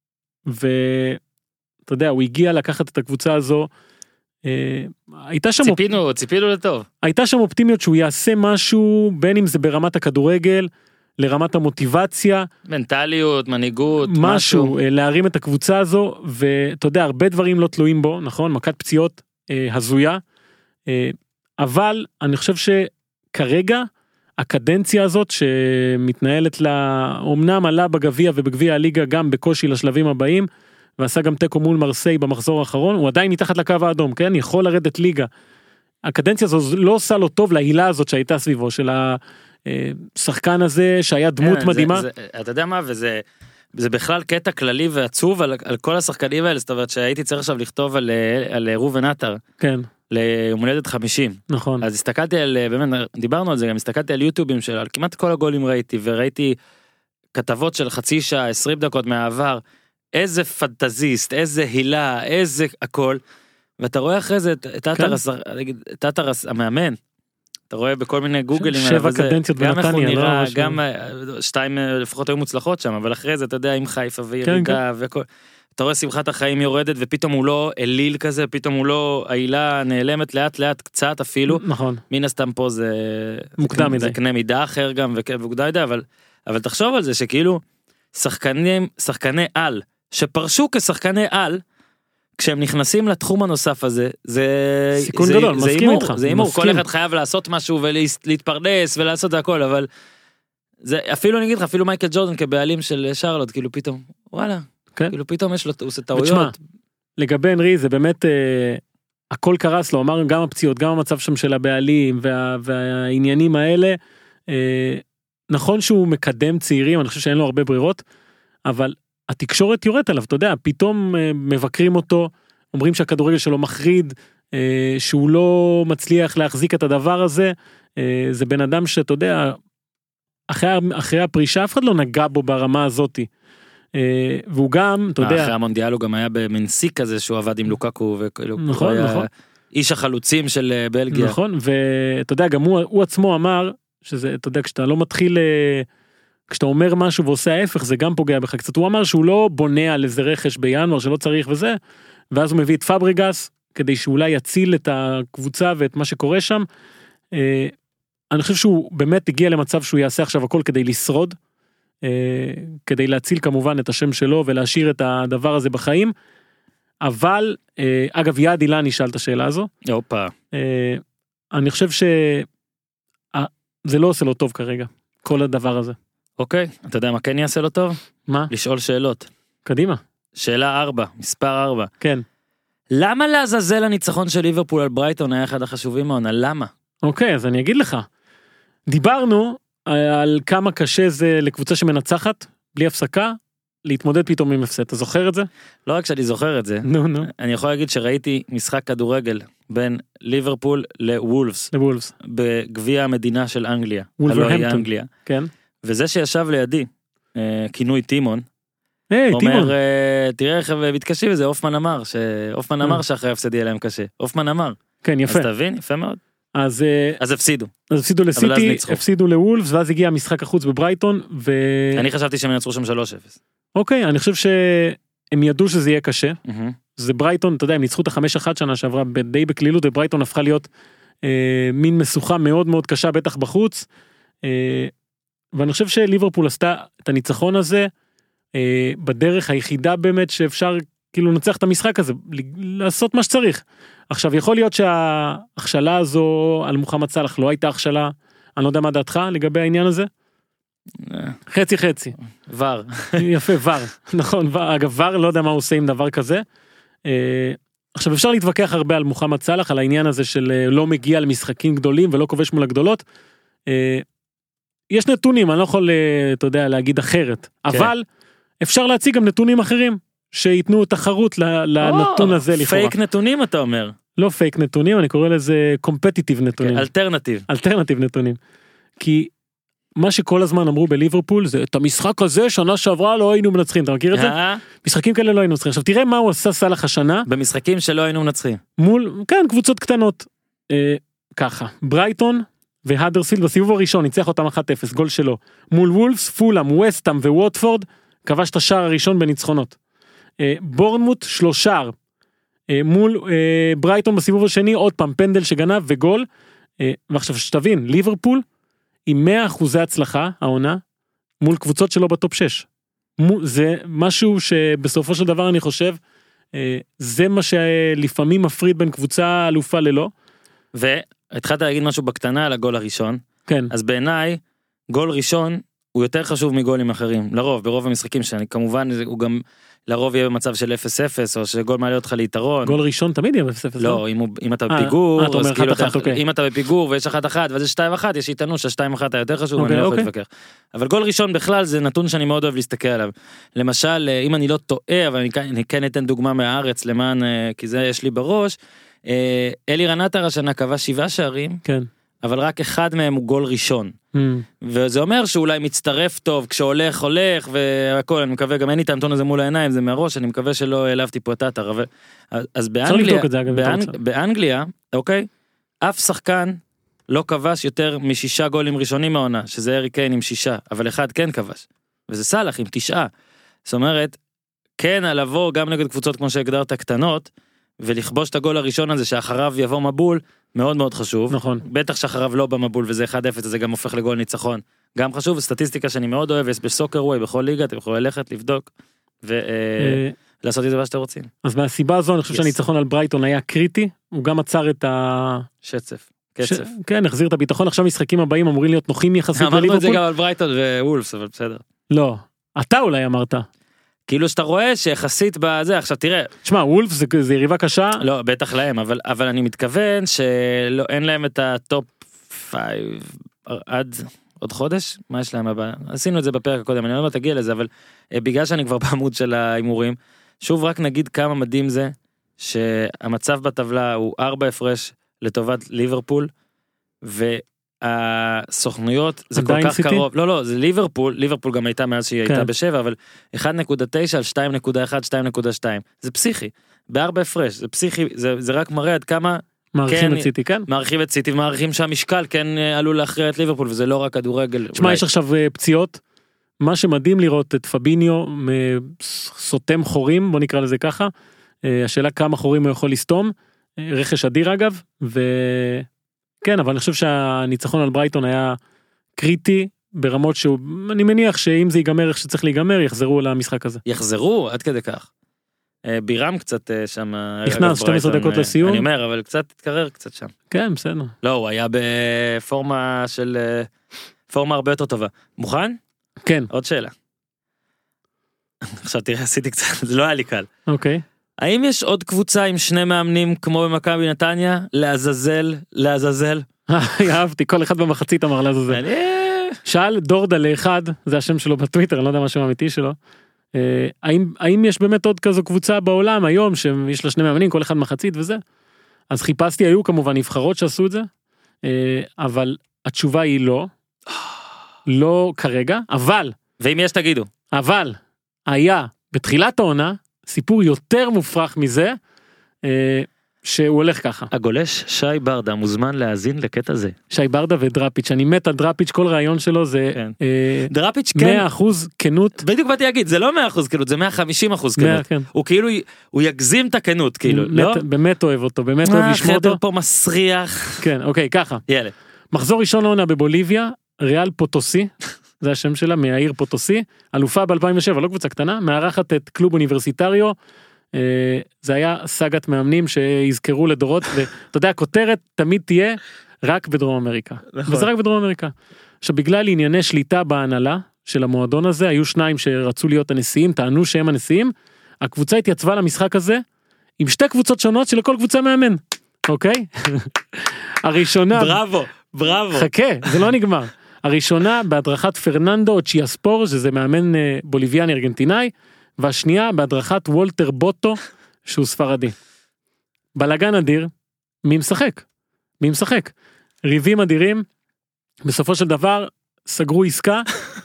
B: ואתה יודע, הוא הגיע לקחת את הקבוצה הזו, הייתה שם
A: ציפינו לטוב.
B: הייתה שם אופטימיות שהוא יעשה משהו, בין אם זה ברמת הכדורגל, לרמת המוטיבציה,
A: מנטליות, מנהיגות,
B: משהו, להרים את הקבוצה הזו, ואתה יודע, הרבה דברים לא תלויים בו, נכון? מכת פציעות הזויה, אבל אני חושב שכרגע, הקדנציה הזאת שמתנהלת לה, אומנם עלה בגביע ובגביע הליגה גם בקושי לשלבים הבאים, ועשה גם תיקו מול מרסיי במחזור האחרון, הוא עדיין מתחת לקו האדום, כן? יכול לרדת ליגה. הקדנציה הזו לא עושה לו טוב להילה הזאת שהייתה סביבו, של השחקן הזה שהיה דמות מדהימה.
A: אתה יודע מה, וזה בכלל קטע כללי ועצוב על כל השחקנים האלה, זאת אומרת שהייתי צריך עכשיו לכתוב על רובן עטר.
B: כן.
A: ליום הולדת 50.
B: נכון.
A: אז הסתכלתי על, באמת, דיברנו על זה, גם הסתכלתי על יוטיובים שלו, על כמעט כל הגולים וראיתי כתבות של חצי שעה, 20 דקות מהעבר, איזה פנטזיסט, איזה הילה, איזה הכל, ואתה רואה אחרי זה את עטר המאמן, אתה רואה בכל מיני גוגלים,
B: 7 קדנציות בנתניה,
A: נראה, גם 2 לפחות היו מוצלחות שם, אבל אחרי זה אתה יודע עם חיפה וירידה וכל, אתה רואה שמחת החיים יורדת ופתאום הוא לא אליל כזה, פתאום הוא לא, העילה נעלמת לאט לאט קצת אפילו,
B: נכון.
A: מן הסתם פה זה
B: מוקדם מדי,
A: זה קנה מידה אחר גם וכדאי, אבל תחשוב על זה שכאילו שחקני על שפרשו כשחקני על, כשהם נכנסים לתחום הנוסף הזה, זה
B: סיכון גדול, מסכים איתך.
A: זה אימור, כל אחד חייב לעשות משהו ולהתפרנס ולעשות את הכל, אבל זה אפילו אני אגיד לך, אפילו מייקל ג'ורדן כבעלים של שרלוט, כאילו פתאום, וואלה, כאילו פתאום יש לו, הוא עושה טעויות.
B: לגבי הנרי זה באמת, הכל קרס לו, אמרנו גם הפציעות, גם המצב שם של הבעלים והעניינים האלה, נכון שהוא מקדם צעירים, אני חושב שאין לו הרבה ברירות, אבל התקשורת יורדת עליו, אתה יודע, פתאום מבקרים אותו, אומרים שהכדורגל שלו מחריד, שהוא לא מצליח להחזיק את הדבר הזה, זה בן אדם שאתה יודע, אחרי הפרישה אף אחד לא נגע בו ברמה הזאת, והוא גם, אתה יודע,
A: אחרי המונדיאל הוא גם היה במנסי כזה, שהוא עבד עם לוקקו,
B: נכון, נכון.
A: איש החלוצים של בלגיה.
B: נכון, ואתה יודע, גם הוא עצמו אמר, שזה, אתה יודע, כשאתה לא מתחיל, כשאתה אומר משהו ועושה ההפך, זה גם פוגע בך קצת. הוא אמר שהוא לא בונה על איזה רכש בינואר שלא צריך וזה, ואז הוא מביא את פאבריגס, כדי שאולי יציל את הקבוצה ואת מה שקורה שם. אני חושב שהוא באמת הגיע למצב שהוא יעשה עכשיו הכל כדי לשרוד, כדי להציל כמובן את השם שלו ולהשאיר את הדבר הזה בחיים. אבל, אגב, יעד אילני שאל את השאלה הזו.
A: אופה.
B: אני חושב זה לא עושה לו טוב כרגע, כל הדבר הזה.
A: אוקיי, אתה יודע מה כן יעשה לו טוב?
B: מה?
A: לשאול שאלות.
B: קדימה.
A: שאלה 4, מספר 4.
B: כן.
A: למה לעזאזל הניצחון של ליברפול על ברייטון היה אחד החשובים מהעונה? למה?
B: אוקיי, אז אני אגיד לך. דיברנו על כמה קשה זה לקבוצה שמנצחת, בלי הפסקה, להתמודד פתאום עם הפסד. אתה זוכר את זה?
A: לא רק שאני זוכר את זה.
B: נו.
A: אני יכול להגיד שראיתי משחק כדורגל בין ליברפול לוולפס. בגביע המדינה של אנגליה.
B: וולברהמפטון. כן.
A: וזה שישב לידי, כינוי טימון,
B: אומר,
A: תראה איך מתקשים בזה, אופמן אמר שאחרי הפסד יהיה להם קשה. אופמן אמר.
B: כן, יפה.
A: אז תבין, יפה מאוד.
B: אז
A: הפסידו.
B: אז הפסידו לסיטי, הפסידו לוולפס, ואז הגיע משחק החוץ בברייטון,
A: אני חשבתי שהם ינצחו שם 3-0.
B: אוקיי, אני חושב שהם ידעו שזה יהיה קשה. זה ברייטון, אתה יודע, הם ניצחו את 5-1 שנה שעברה די בקלילות, וברייטון הפכה להיות מין משוכה מאוד מאוד קשה, בטח בחוץ. ואני חושב שליברפול עשתה את הניצחון הזה, בדרך היחידה באמת שאפשר כאילו לנצח את המשחק הזה, לעשות מה שצריך. עכשיו יכול להיות שההכשלה הזו על מוחמד סלאח לא הייתה הכשלה, אני לא יודע מה דעתך לגבי העניין הזה? חצי.
A: ור.
B: יפה, ור. נכון, אגב ור לא יודע מה הוא עושה עם דבר כזה. עכשיו אפשר להתווכח הרבה על מוחמד סלאח, על העניין הזה של לא מגיע למשחקים גדולים ולא כובש מול הגדולות. יש נתונים, אני לא יכול, אתה יודע, להגיד אחרת, אבל אפשר להציג גם נתונים אחרים, שייתנו תחרות לנתון הזה לכאורה.
A: פייק נתונים אתה אומר.
B: לא פייק נתונים, אני קורא לזה קומפטיטיב נתונים. אלטרנטיב נתונים. כי מה שכל הזמן אמרו בליברפול, זה את המשחק הזה, שנה שעברה לא היינו מנצחים, אתה מכיר את זה? משחקים כאלה לא היינו מנצחים. עכשיו תראה מה הוא עשה סלאח השנה.
A: במשחקים שלא היינו מנצחים.
B: מול, כן, קבוצות קטנות. ככה, ברייטון והדרספילד בסיבוב הראשון, ניצח אותם 1-0, גול שלו. מול וולפס, פולאם, וסטהאם וווטפורד, כבש את השער הראשון בניצחונות. בורנמוט 3 שער. מול ברייטון בסיבוב השני, עוד פעם פנדל שגנב וגול. ועכשיו שתבין, ליברפול, עם 100% הצלחה, העונה, מול קבוצות שלו בטופ 6. זה משהו שבסופו של דבר אני חושב, זה מה שלפעמים מפריד בין קבוצה אלופה ללא.
A: והתחלת להגיד משהו בקטנה על הגול הראשון. כן. אז בעיניי, גול ראשון הוא יותר חשוב מגולים אחרים, לרוב, ברוב המשחקים שאני, כמובן, הוא גם לרוב יהיה במצב של 0-0, או שגול מעלה אותך ליתרון.
B: גול ראשון תמיד יהיה 0-0.
A: לא, אם אתה בפיגור, אם אתה בפיגור ויש 1-1, וזה 2-1, יש איתנו ש2-1 יותר חשוב, אני לא יכול להתווכח. אבל גול ראשון בכלל זה נתון שאני מאוד אוהב להסתכל עליו. למשל, אם אני לא טועה, אבל אני כן אתן דוגמה מהארץ, למען, כי זה יש לי בראש, אלירן עטר השנה קבע 7 שערים, כן. אבל רק אחד מהם הוא גול ראשון. וזה אומר שאולי מצטרף טוב, כשהולך, והכל, אני מקווה, גם אין לי את הנתון הזה מול העיניים, זה מהראש, אני מקווה שלא העלבתי פה את עטר, אז באנגליה, אוקיי, אף שחקן לא כבש יותר מ6 גולים ראשונים מהעונה, שזה ארי קיין עם 6, אבל אחד כן כבש, וזה סלח עם 9. זאת אומרת, כן, לבוא גם נגד קבוצות כמו שהגדרת קטנות, ולכבוש את הגול הראשון הזה, שאחריו יבוא מבול, מאוד מאוד חשוב. נכון. בטח שאחריו לא במבול, וזה 1-0, זה גם הופך לגול ניצחון. גם חשוב, סטטיסטיקה שאני מאוד אוהב, יש בסוקרווי, בכל ליגה, אתם יכולים ללכת, לבדוק, ולעשות את זה מה שאתם רוצים.
B: אז מהסיבה הזו, אני חושב שהניצחון על ברייטון היה קריטי, הוא גם עצר את
A: שצף, קצף.
B: כן, החזיר את הביטחון, עכשיו משחקים הבאים אמורים להיות נוחים יחסית לליברפול.
A: אמרנו את זה גם על ברייטון ווולפס, אבל בסדר.
B: לא, אתה אולי אמרת.
A: כאילו שאתה רואה שיחסית בזה, עכשיו תראה.
B: תשמע, וולף זה יריבה קשה.
A: לא, בטח להם, אבל אני מתכוון שאין להם את הטופ 5 עד עוד חודש, מה יש להם הבא? עשינו את זה בפרק הקודם, אני לא תגיע לזה, אבל בגלל שאני כבר בעמוד של האימורים, שוב רק נגיד כמה מדהים זה, שהמצב בטבלה הוא 4 הפרש לטובת ליברפול, הסוכנויות זה כל כך קרוב, לא, זה ליברפול גם הייתה מאז שהיא הייתה ב7, אבל 1.9 על 2.1, 2.2, זה פסיכי, ב4 הפרש, זה פסיכי, זה רק מראה עד כמה
B: מעריכים את סיטי, כן?
A: מעריכים את סיטי, ומעריכים שהמשקל כן עלול להכריע את ליברפול, וזה לא רק כדורגל.
B: תשמע, יש עכשיו פציעות, מה שמדהים לראות את פביניו סותם חורים, בוא נקרא לזה ככה, השאלה כמה חורים הוא יכול לסתום, רכש אדיר אגב, כן, אבל אני חושב שהניצחון על ברייטון היה קריטי, ברמות שהוא, אני מניח שאם זה ייגמר איך שצריך להיגמר, יחזרו למשחק הזה.
A: יחזרו, עד כדי כך. בירם קצת שם.
B: נכנס 12 דקות לסיום.
A: אני אומר, אבל קצת תקרר קצת שם.
B: כן, בסדר.
A: לא, הוא היה בפורמה של, פורמה הרבה יותר טובה. מוכן?
B: כן.
A: עוד שאלה. עכשיו תראה, עשיתי קצת, זה לא היה לי קל.
B: אוקיי.
A: האם יש עוד קבוצה עם 2 מאמנים כמו במכבי נתניה? לעזאזל?
B: אהבתי, כל אחד במחצית אמר לעזאזל. שאל דורדה לאחד, זה השם שלו בטוויטר, אני לא יודע מה השם האמיתי שלו. האם יש באמת עוד כזו קבוצה בעולם היום, שיש לה 2 מאמנים, כל אחד מחצית וזה? אז חיפשתי, היו כמובן נבחרות שעשו את זה, אבל התשובה היא לא. לא כרגע, אבל.
A: ואם יש תגידו.
B: אבל, היה בתחילת העונה, סיפור יותר מופרך מזה, שהוא הולך ככה.
A: הגולש שי ברדה מוזמן להאזין לקטע זה.
B: שי ברדה ודראפיץ', אני מת על דראפיץ', כל רעיון שלו זה
A: דראפיץ' כן.
B: 100% כנות.
A: בדיוק באתי להגיד, זה לא 100% כנות, זה 150% כנות. הוא כאילו, הוא יגזים את הכנות, כאילו, לא?
B: באמת אוהב אותו, באמת אוהב לשמוע אותו.
A: חדר פה מסריח.
B: כן, אוקיי, ככה.
A: יאללה.
B: מחזור ראשון לעונה בבוליביה, ריאל פוטוסי, זה השם שלה, מהעיר פוטוסי, אלופה ב-2007, לא קבוצה קטנה, מארחת את קלוב אוניברסיטריו, זה היה סגת מאמנים שיזכרו לדורות, ואתה יודע, הכותרת תמיד תהיה רק בדרום אמריקה, וזה רק בדרום אמריקה. עכשיו, בגלל ענייני שליטה בהנהלה של המועדון הזה, היו 2 שרצו להיות הנשיאים, טענו שהם הנשיאים, הקבוצה התייצבה למשחק הזה, עם 2 קבוצות שונות שלכל קבוצה מאמן, אוקיי? הראשונה...
A: בראבו.
B: חכה, זה לא נגמר. הראשונה בהדרכת פרננדו צ'יאספור, שזה מאמן בוליביאני ארגנטינאי, והשנייה בהדרכת וולטר בוטו, שהוא ספרדי. בלגן אדיר, מי משחק? ריבים אדירים, בסופו של דבר, סגרו עסקה,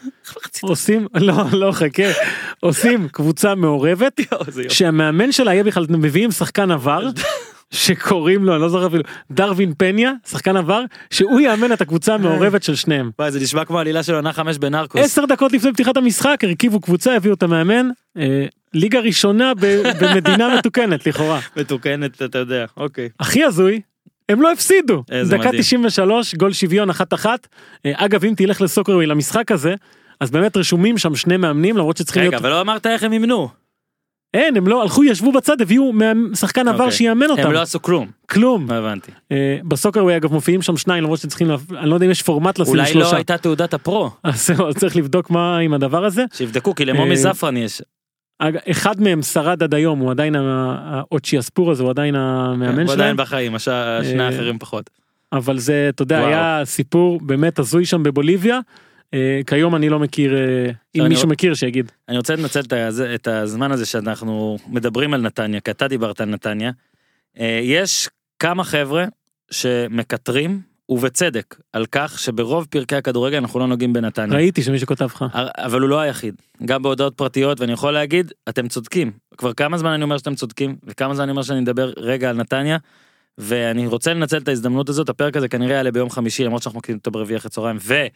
B: עושים קבוצה מעורבת, שהמאמן שלה יהיה בכלל, מביאים שחקן עבר, שקוראים לו, אני לא זוכר אפילו, דרווין פניה, שחקן עבר, שהוא יאמן את הקבוצה המעורבת של שניהם.
A: וואי, זה נשמע כמו עלילה של עונה 5 בנרקוס.
B: 10 דקות לפני פתיחת המשחק, הרכיבו קבוצה, הביאו את המאמן, ליגה ראשונה במדינה מתוקנת, לכאורה.
A: מתוקנת, אתה יודע, אוקיי.
B: הכי הזוי, הם לא הפסידו. דקה 93, גול שוויון 1-1. אגב, אם תלך לסוקרווי למשחק הזה, אז באמת רשומים שם 2 מאמנים, למרות שצריכים
A: רגע, אבל לא אמרת איך הם ימנו.
B: אין, הם לא הלכו, ישבו בצד, הביאו שחקן עבר שיאמן אותם.
A: הם לא עשו כלום.
B: כלום.
A: לא הבנתי.
B: בסוקר אגב מופיעים שם 2, למרות שצריכים, אני לא יודע אם יש פורמט לשים 3.
A: אולי לא הייתה תעודת הפרו.
B: אז צריך לבדוק מה עם הדבר הזה.
A: שיבדקו, כי למומי זפרן יש.
B: אחד מהם שרד עד היום, הוא עדיין, האוצ'י הספור הזה, הוא עדיין המאמן שלהם.
A: הוא עדיין בחיים, שני האחרים פחות.
B: אבל זה, אתה יודע, היה סיפור באמת הזוי שם בבוליביה, כיום אני לא מכיר, אם מישהו מכיר שיגיד.
A: אני רוצה לנצל את הזמן הזה שאנחנו מדברים על נתניה, כי אתה דיברת על נתניה, יש כמה חבר'ה שמקטרים, ובצדק, על כך שברוב פרקי הכדורגל אנחנו לא נוגעים בנתניה.
B: ראיתי שמישהו כותב לך.
A: אבל הוא לא היחיד, גם בהודעות פרטיות, ואני יכול להגיד, אתם צודקים. כבר כמה זמן אני אומר שאתם צודקים, וכמה זמן אני אומר שאני מדבר רגע על נתניה, ואני רוצה לנצל את ההזדמנות הזאת, הפרק הזה כנראה יעלה ביום חמישי, למרות שאנחנו מקליטים אותו ברביעי אחרי צהריים,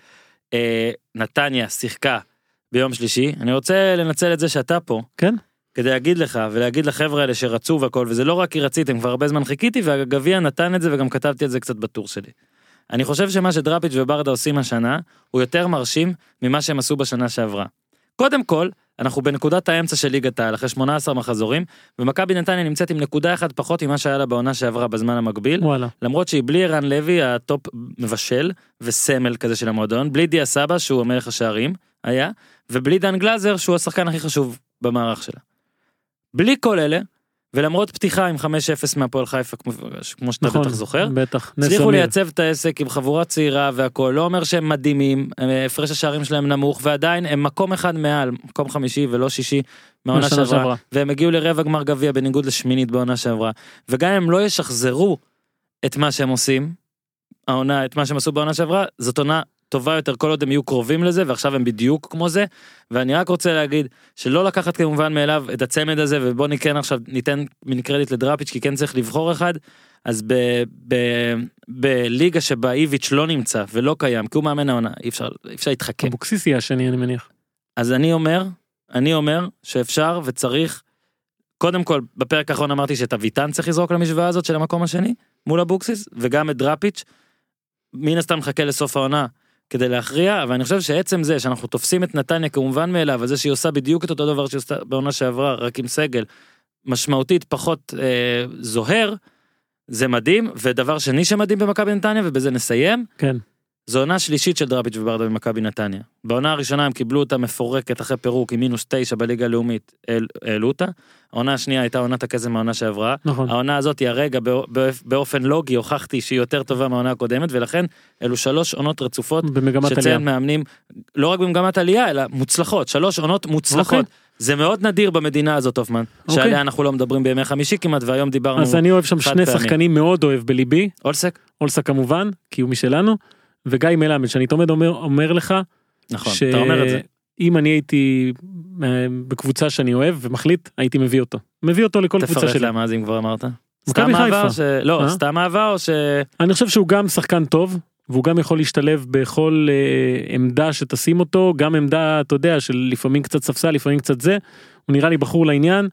A: ונתניה שיחקה ביום שלישי, אני רוצה לנצל את זה שאתה פה,
B: כן?
A: כדי להגיד לך, ולהגיד לחבר'ה האלה שרצו והכל, וזה לא רק כי רציתם, כבר הרבה זמן חיכיתי, והגביע נתן את זה, וגם כתבתי את זה קצת בטור שלי. אני חושב שמה שדראפיץ' וברדה עושים השנה, הוא יותר מרשים ממה שהם עשו בשנה שעברה. קודם כל, אנחנו בנקודת האמצע של ליגת העל, אחרי 18 מחזורים, ומכבי נתניה נמצאת עם נקודה אחת פחות ממה שהיה לה בעונה שעברה בזמן המקביל,
B: וואלה.
A: למרות שהיא בלי ערן לוי, הטופ מבשל וסמל כזה של המועדון, בלי דיה סבא, שהוא המלך השערים, היה, ובלי דן גלזר, שהוא השחקן הכי חשוב במערך שלה. בלי כל אלה, ולמרות פתיחה עם 5-0 מהפועל חיפה, כמו שאתה בטח זוכר, הצליחו לייצב את העסק עם חבורה צעירה והכל, לא אומר שהם מדהימים, הפרש השערים שלהם נמוך, ועדיין הם מקום אחד מעל, מקום חמישי ולא שישי מהעונה שעברה, והם הגיעו לרבע גמר גביע בניגוד לשמינית בעונה שעברה, וגם הם לא ישחזרו את מה שהם עושים, העונה, את מה שהם עשו בעונה שעברה, זאת עונה טובה יותר, כל עוד הם יהיו קרובים לזה, ועכשיו הם בדיוק כמו זה, ואני רק רוצה להגיד, שלא לקחת כמובן מאליו את הצמד הזה, ובוא ניתן מיני קרדיט לדראפיץ', כי כן צריך לבחור אחד, אז בליגה שבה איביץ' לא נמצא, ולא קיים, כי הוא מאמן העונה, אי אפשר להתחכם.
B: אבוקסיס יהיה השני, אני מניח.
A: אז אני אומר שאפשר וצריך, קודם כל, בפרק האחרון אמרתי שאת אביטן צריך לזרוק למשוואה הזאת של המקום השני, מול אבוקסיס, וגם את דראפיץ', מן הסתם מחכה לסוף העונה, כדי להכריע, אבל אני חושב שעצם זה שאנחנו תופסים את נתניה כמובן מאליו, וזה שהיא עושה בדיוק את אותו דבר שהיא עושה בעונה שעברה, רק עם סגל משמעותית פחות זוהר, זה מדהים, ודבר שני שמדהים במכבי נתניה, ובזה נסיים,
B: כן.
A: זו עונה שלישית של דראפיץ' וברדה במכבי נתניה. בעונה הראשונה הם קיבלו אותה מפורקת אחרי פירוק עם -9 בליגה הלאומית, העלו אותה. העונה השנייה הייתה עונת הקסם מהעונה שעברה.
B: נכון.
A: העונה הזאת היא הרגע באופן לוגי, הוכחתי שהיא יותר טובה מהעונה הקודמת, ולכן אלו 3 עונות רצופות שציין מאמנים, לא רק במגמת עלייה, אלא מוצלחות, 3 עונות מוצלחות. זה מאוד נדיר במדינה הזאת, אופמן, שעליה אנחנו לא מדברים בימי חמישי כמעט, והיום דיברנו.
B: אז אני אוהב שם 2 שחקנים מאוד אוהב בליבי. אולסק כמובן, כי הוא משלנו. וגיא מלמד, שאני תמיד אומר לך,
A: נכון, אתה אומר את זה.
B: אם אני הייתי בקבוצה שאני אוהב ומחליט, הייתי מביא אותו לכל קבוצה שלי.
A: תפרט למה, אז אם כבר אמרת.
B: מכבי חיפה.
A: לא, סתם אהבה או ש...
B: אני חושב שהוא גם שחקן טוב, והוא גם יכול להשתלב בכל עמדה שתשים אותו, גם עמדה, אתה יודע, של לפעמים קצת ספסל, לפעמים קצת זה, הוא נראה לי בחור לעניין,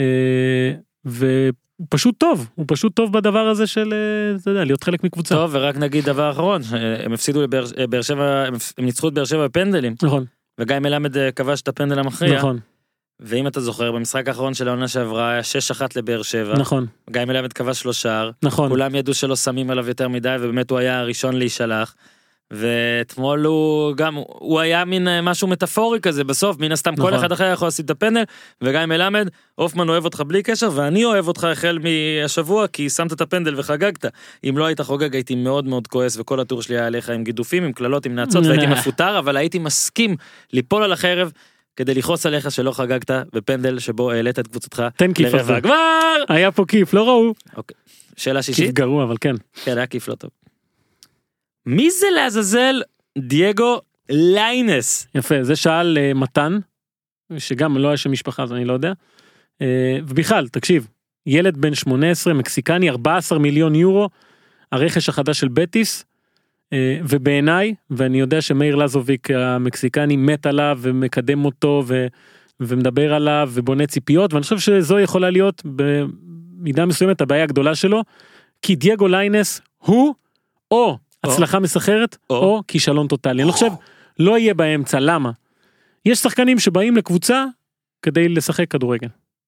B: הוא פשוט טוב בדבר הזה של, אתה יודע, להיות חלק מקבוצה.
A: טוב, ורק נגיד דבר אחרון, הם הפסידו לבאר שבע, הם ניצחו את באר שבע בפנדלים.
B: נכון.
A: וגיא מלמד כבש את הפנדל המכריע.
B: נכון.
A: ואם אתה זוכר, במשחק האחרון של העונה שעברה, היה 6-1 לבאר שבע.
B: נכון.
A: גיא מלמד כבש 3 שער.
B: נכון.
A: כולם ידעו שלא שמים עליו יותר מדי, ובאמת הוא היה הראשון להישלח. ואתמול הוא היה מין משהו מטאפורי כזה, בסוף, מן הסתם כל אחד אחר יכול לעשות את הפנדל, וגיא מלמד, אופמן אוהב אותך בלי קשר, ואני אוהב אותך החל מהשבוע, כי שמת את הפנדל וחגגת. אם לא היית חוגג, הייתי מאוד מאוד כועס, וכל הטור שלי היה עליך עם גידופים, עם כללות, עם נעצות, והייתי מפוטר, אבל הייתי מסכים ליפול על החרב, כדי לכעוס עליך שלא חגגת בפנדל שבו העלית את קבוצתך לרבע הגמר.
B: היה פה כיף, לא ראו.
A: אוקיי. שאלה שישית?
B: כיף גרוע, אבל כן.
A: כן, היה כיף לא טוב. מי זה לעזאזל דייגו ליינס?
B: יפה, זה שאל מתן, שגם לא היה שם משפחה, אז אני לא יודע. ובכלל, תקשיב, ילד בן 18, מקסיקני, 14 מיליון יורו, הרכש החדש של בטיס, ובעיניי, ואני יודע שמאיר לזוביק המקסיקני מת עליו ומקדם אותו ומדבר עליו ובונה ציפיות, ואני חושב שזו יכולה להיות במידה מסוימת הבעיה הגדולה שלו, כי דייגו ליינס הוא או הצלחה מסחרת או כישלון טוטלי. אני חושב לא יהיה באמצע, למה? יש שחקנים שבאים לקבוצה כדי לשחק כדורגל.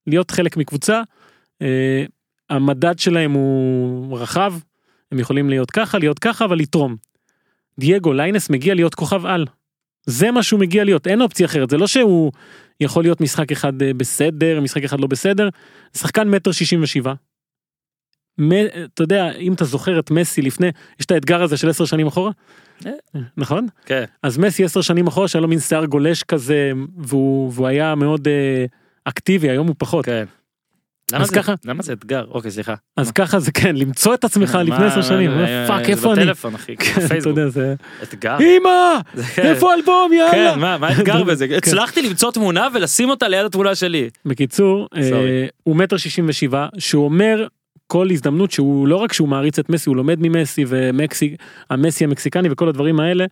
B: להיות חלק מקבוצה, המדד שלהם הוא רחב, הם יכולים להיות ככה, אבל לתרום. דייגו ליינס מגיע להיות כוכב על. זה מה שהוא מגיע להיות, אין אופציה אחרת, זה לא שהוא יכול להיות משחק אחד בסדר, משחק אחד לא בסדר, שחקן 1.67 מטר. אתה יודע, אם אתה זוכר את מסי לפני, יש את האתגר הזה של 10 שנים אחורה, נכון?
A: כן.
B: אז מסי 10 שנים אחורה, שהיה לו מין שיער גולש כזה, והוא היה מאוד אקטיבי, היום הוא פחות.
A: כן. למה זה אתגר? אוקיי, סליחה.
B: אז ככה זה כן, למצוא את עצמך לפני 10 שנים, פאק, איפה אני?
A: זה בטלפון, אחי, בפייסבוק. אתגר.
B: אמא, איפה האלבום, יאללה?
A: כן, מה האתגר בזה? הצלחתי למצוא תמונה ולשים אותה ליד התמונה שלי.
B: בקיצור, הוא 1.67 מטר, שהוא אומר כל הזדמנות שהוא לא רק שהוא מעריץ את מסי, הוא לומד ממסי והמסי המקסיקני וכל הדברים האלה.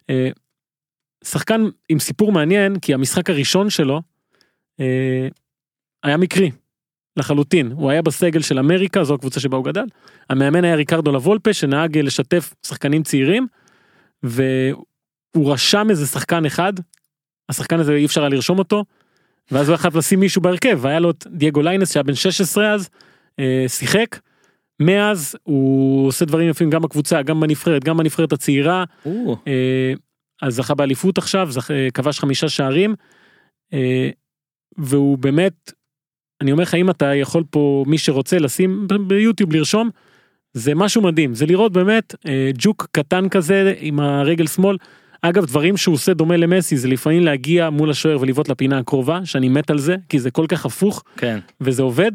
B: שחקן עם סיפור מעניין, כי המשחק הראשון שלו היה מקרי. לחלוטין, הוא היה בסגל של אמריקה, זו הקבוצה שבה הוא גדל, המאמן היה ריקרדו לוולפה, שנהג לשתף שחקנים צעירים, והוא רשם איזה שחקן אחד, השחקן הזה אי אפשר היה לרשום אותו, ואז הוא חייב לשים מישהו בהרכב, והיה לו את דייגו ליינס, שהיה בן 16 אז, שיחק, מאז הוא עושה דברים יפים גם בקבוצה, גם בנבחרת הצעירה, אז זכה באליפות עכשיו, כבש 5 שערים, והוא באמת, אני אומר לך, אם אתה יכול פה, מי שרוצה לשים ביוטיוב לרשום, זה משהו מדהים, זה לראות באמת ג'וק קטן כזה עם הרגל שמאל, אגב דברים שהוא עושה דומה למסי, זה לפעמים להגיע מול השוער ולבעוט לפינה הקרובה, שאני מת על זה, כי זה כל כך הפוך,
A: כן.
B: וזה עובד,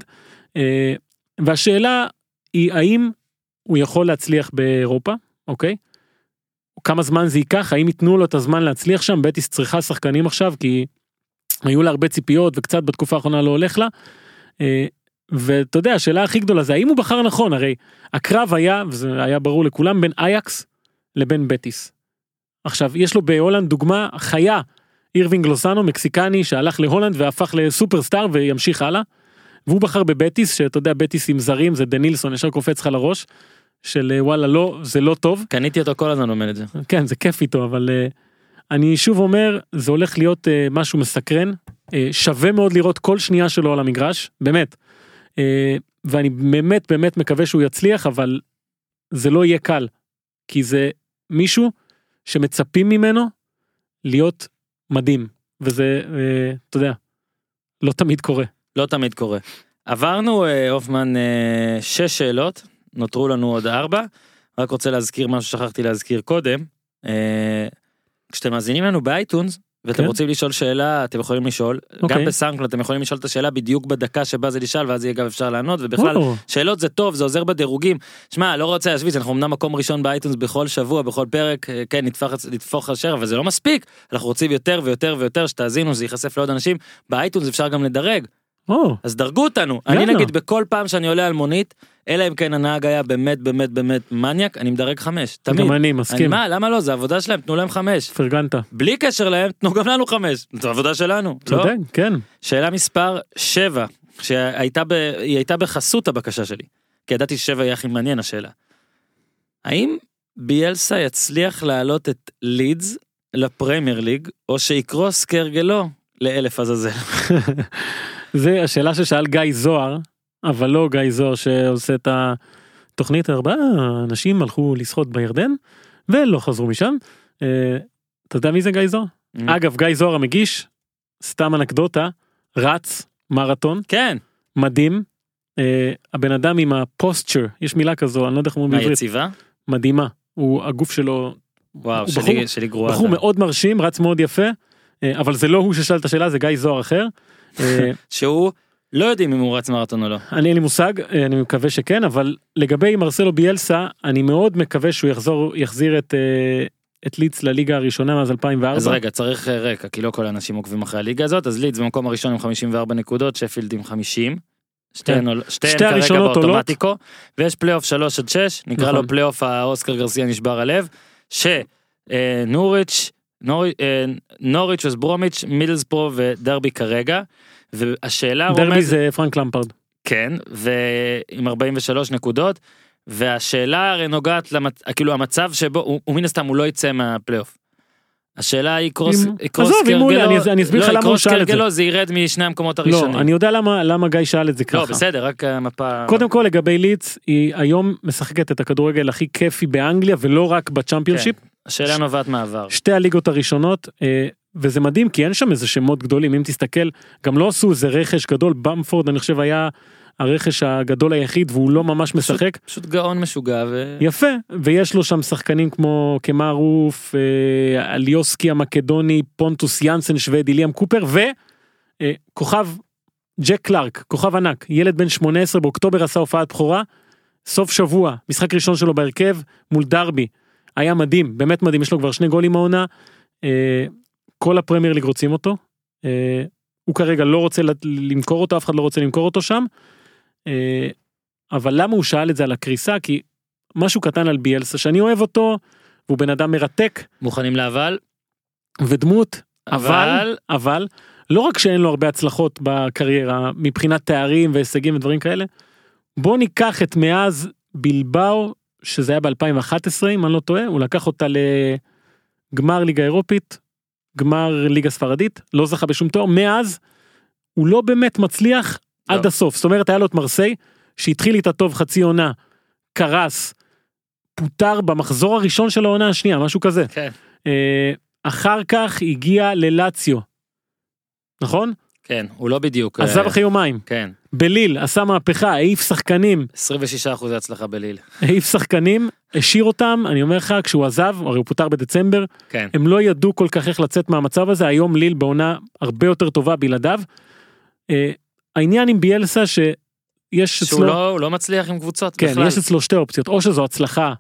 B: והשאלה היא האם הוא יכול להצליח באירופה, אוקיי? כמה זמן זה ייקח, האם ייתנו לו את הזמן להצליח שם, בטיס צריכה שחקנים עכשיו, כי היו לה הרבה ציפיות, וקצת בתקופה האחרונה לא הולך לה, ואתה יודע, השאלה הכי גדולה זה, האם הוא בחר נכון? הרי הקרב היה, וזה היה ברור לכולם, בין אייקס לבין בטיס. עכשיו, יש לו בהולנד דוגמה חיה, אירווינג לוסאנו, מקסיקני, שהלך להולנד והפך לסופרסטאר וימשיך הלאה, והוא בחר בבטיס, שאתה יודע, בטיס עם זרים, זה דנילסון, ישר קופץ לך לראש, של וואלה, לא, זה לא טוב.
A: קניתי אותו כל הזמן אומר את זה.
B: כן, זה כיף איתו, אבל אני שוב אומר, זה הולך להיות משהו מסקרן, שווה מאוד לראות כל שנייה שלו על המגרש, באמת, ואני באמת מקווה שהוא יצליח, אבל זה לא יהיה קל, כי זה מישהו שמצפים ממנו להיות מדהים, וזה, אתה יודע, לא תמיד קורה.
A: לא תמיד קורה. עברנו, אופמן, 6 שאלות, נותרו לנו עוד 4, רק רוצה להזכיר מה ששכחתי להזכיר קודם, כשאתם מאזינים לנו באייטונס, ואתם רוצים לשאול שאלה, אתם יכולים לשאול, גם בסאונדקלאוד אתם יכולים לשאול את השאלה בדיוק בדקה שבה זה לשאול, ואז יהיה גם אפשר לענות, ובכלל, שאלות זה טוב, זה עוזר בדירוגים, שמע, לא רוצה להשוויץ, אנחנו אמנם מקום ראשון באייטונס בכל שבוע, בכל פרק, כן, נתפוך השאר, אבל זה לא מספיק, אנחנו רוצים יותר ויותר ויותר, שתאזינו, זה ייחשף לעוד אנשים, באייטונס אפשר גם לדרג, אז דרגו אותנו, אני נגיד בכל פעם שאני עולה על מונית, אלא אם כן הנהג היה באמת מניאק, אני מדרג 5, תמיד.
B: גם אני מסכים.
A: למה לא? זה עבודה שלהם, תנו להם 5.
B: פרגנת.
A: בלי קשר להם, תנו גם לנו 5. זו עבודה שלנו.
B: צודק, כן.
A: שאלה מספר 7, שהיא הייתה בחסות הבקשה שלי, כי ידעתי 7 יהיה הכי מעניין השאלה. האם ביאלסה יצליח להעלות את לידס לפרמייר ליג, או שיקרוס כהרגלו לאלף עזאזל?
B: זה השאלה ששאל גיא זוהר, אבל לא גיא זוהר שעושה את התוכנית, 4 אנשים הלכו לשחות בירדן, ולא חזרו משם. אתה יודע מי זה גיא זוהר? אגב, גיא זוהר המגיש, סתם אנקדוטה, רץ, מרתון.
A: כן.
B: מדהים. הבן אדם עם הפוסטצ'ר, יש מילה כזו, אני לא יודע איך אומרים בעברית.
A: היציבה?
B: מדהימה. הגוף שלו,
A: וואו, שלי גרועה.
B: בחור מאוד מרשים, רץ מאוד יפה, אבל זה לא הוא ששאל את השאלה, זה גיא זוהר אחר.
A: שהוא לא יודעים אם הוא רץ מרתון או לא.
B: אין לי מושג, אני מקווה שכן, אבל לגבי מרסלו ביאלסה, אני מאוד מקווה שהוא יחזיר את לידס לליגה הראשונה מאז 2004.
A: אז רגע, צריך רקע, כי לא כל האנשים עוקבים אחרי הליגה הזאת, אז לידס במקום הראשון עם 54 נקודות, שפילד עם 50, שתיהן כרגע באוטומטיקו, ויש פלייאוף 3-6, נקרא לו פלייאוף האוסקר גרסיה נשבר הלב, שנוריץ', וס ברומיץ', מידלסבורו ודרבי כרגע, והשאלה
B: דרבי זה פרנק למפרד.
A: כן, ועם 43 נקודות, והשאלה הרי נוגעת, כאילו המצב שבו, הוא מן הסתם הוא לא יצא מהפלייאוף. השאלה היא קרוס
B: כרגלו, אני אסביר לך למה הוא שאל את זה.
A: זה ירד משני המקומות הראשונים.
B: לא, אני יודע למה גיא שאל את זה ככה.
A: לא, בסדר, רק מפה...
B: קודם כל לגבי לידס, היא היום משחקת את הכדורגל הכי כיפי באנגליה, ולא רק בצ'אמפיונשיפ.
A: השאלה נובעת מעבר.
B: שתי הליגות הראשונות, וזה מדהים, כי אין שם איזה שמות גדולים, אם תסתכל, גם לא עשו איזה רכש גדול, במפורד אני חושב היה הרכש הגדול היחיד, והוא לא ממש משחק.
A: פשוט גאון משוגע.
B: יפה, ויש לו שם שחקנים כמו קמרוף, אליוסקי המקדוני, פונטוס ינסן שוודי, ליאם קופר, וכוכב ג'ק קלארק, כוכב ענק, ילד בן 18 באוקטובר עשה הופעת בכורה, סוף שבוע, משחק ראשון שלו בהרכב, מול דרבי, היה מדהים, באמת מדהים, יש לו כבר 2 גולים העונה, כל הפרמייר ליג רוצים אותו, הוא כרגע לא רוצה למכור אותו, אף אחד לא רוצה למכור אותו שם, אבל למה הוא שאל את זה על הקריסה? כי משהו קטן על ביאלסה, שאני אוהב אותו, והוא בן אדם מרתק.
A: מוכנים לאבל?
B: ודמות, אבל, לא רק שאין לו הרבה הצלחות בקריירה, מבחינת תארים והישגים ודברים כאלה, בוא ניקח את מאז בלבאו, שזה היה ב-2011, אם אני לא טועה, הוא לקח אותה לגמר ליגה אירופית, גמר ליגה ספרדית, לא זכה בשום תואר, מאז הוא לא באמת מצליח עד הסוף, זאת אומרת היה לו את מרסיי, שהתחיל איתה טוב חצי עונה, קרס, פוטר במחזור הראשון של העונה השנייה, משהו כזה.
A: כן.
B: אחר כך הגיע ללאציו, נכון?
A: כן, הוא לא בדיוק.
B: עזב אחרי יומיים.
A: כן.
B: בליל, עשה מהפכה, העיף שחקנים.
A: 26% הצלחה בליל.
B: העיף שחקנים, השאיר אותם, אני אומר לך, כשהוא עזב, הרי הוא פוטר בדצמבר,
A: כן.
B: הם לא ידעו כל כך איך לצאת מהמצב הזה, היום ליל בעונה הרבה יותר טובה בלעדיו. העניין עם ביאלסה שיש אצלו...
A: שהוא לא מצליח עם קבוצות
B: כן,
A: בכלל.
B: יש אצלו שתי אופציות, או שזו הצלחה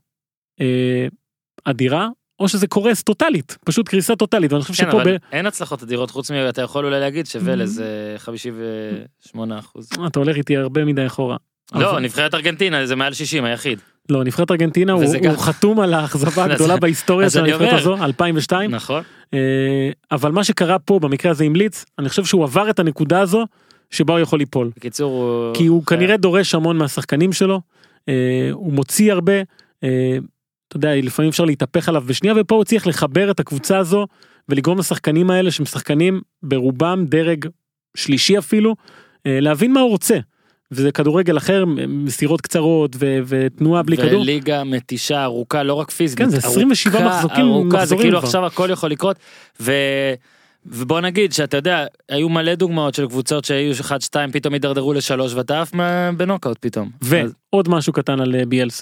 B: אדירה, או שזה קורס טוטלית, פשוט קריסה טוטלית, ואני חושב
A: כן,
B: שפה...
A: אבל אין הצלחות אדירות, חוץ אתה יכול אולי להגיד שווה לזה 58%.
B: אתה הולך איתי הרבה מדי אחורה.
A: לא, נבחרת ארגנטינה, זה מעל 60, היחיד.
B: לא, נבחרת ארגנטינה, הוא חתום על האכזבה הגדולה בהיסטוריה של הנבחרת הזו, 2002.
A: נכון.
B: אבל מה שקרה פה, במקרה הזה עם ליץ, אני חושב שהוא עבר את הנקודה הזו, שבה הוא יכול ליפול.
A: בקיצור,
B: כי הוא כנראה דורש המון מהשחקנים שלו, הוא מוציא הרבה, אתה יודע, לפעמים אפשר להתהפך עליו בשנייה, ופה הוא צריך לחבר את הקבוצה הזו, ולגרום לשחקנים האלה, שהם שחקנים ברובם דרג שלישי אפילו, להבין מה הוא רוצה. וזה כדורגל אחר, מסירות קצרות, ותנועה בלי כדור.
A: וליגה מתישה, ארוכה, לא רק פיזית.
B: כן, זה 27 מחזורים.
A: זה כאילו עכשיו הכל יכול לקרות, ובוא נגיד שאתה יודע, היו מלא דוגמאות של קבוצות שהיו 1-2 פתאום ידרדרו ל3 ואתה אף בנוקאוט פתאום.
B: ועוד משהו קטן על ביאלסה.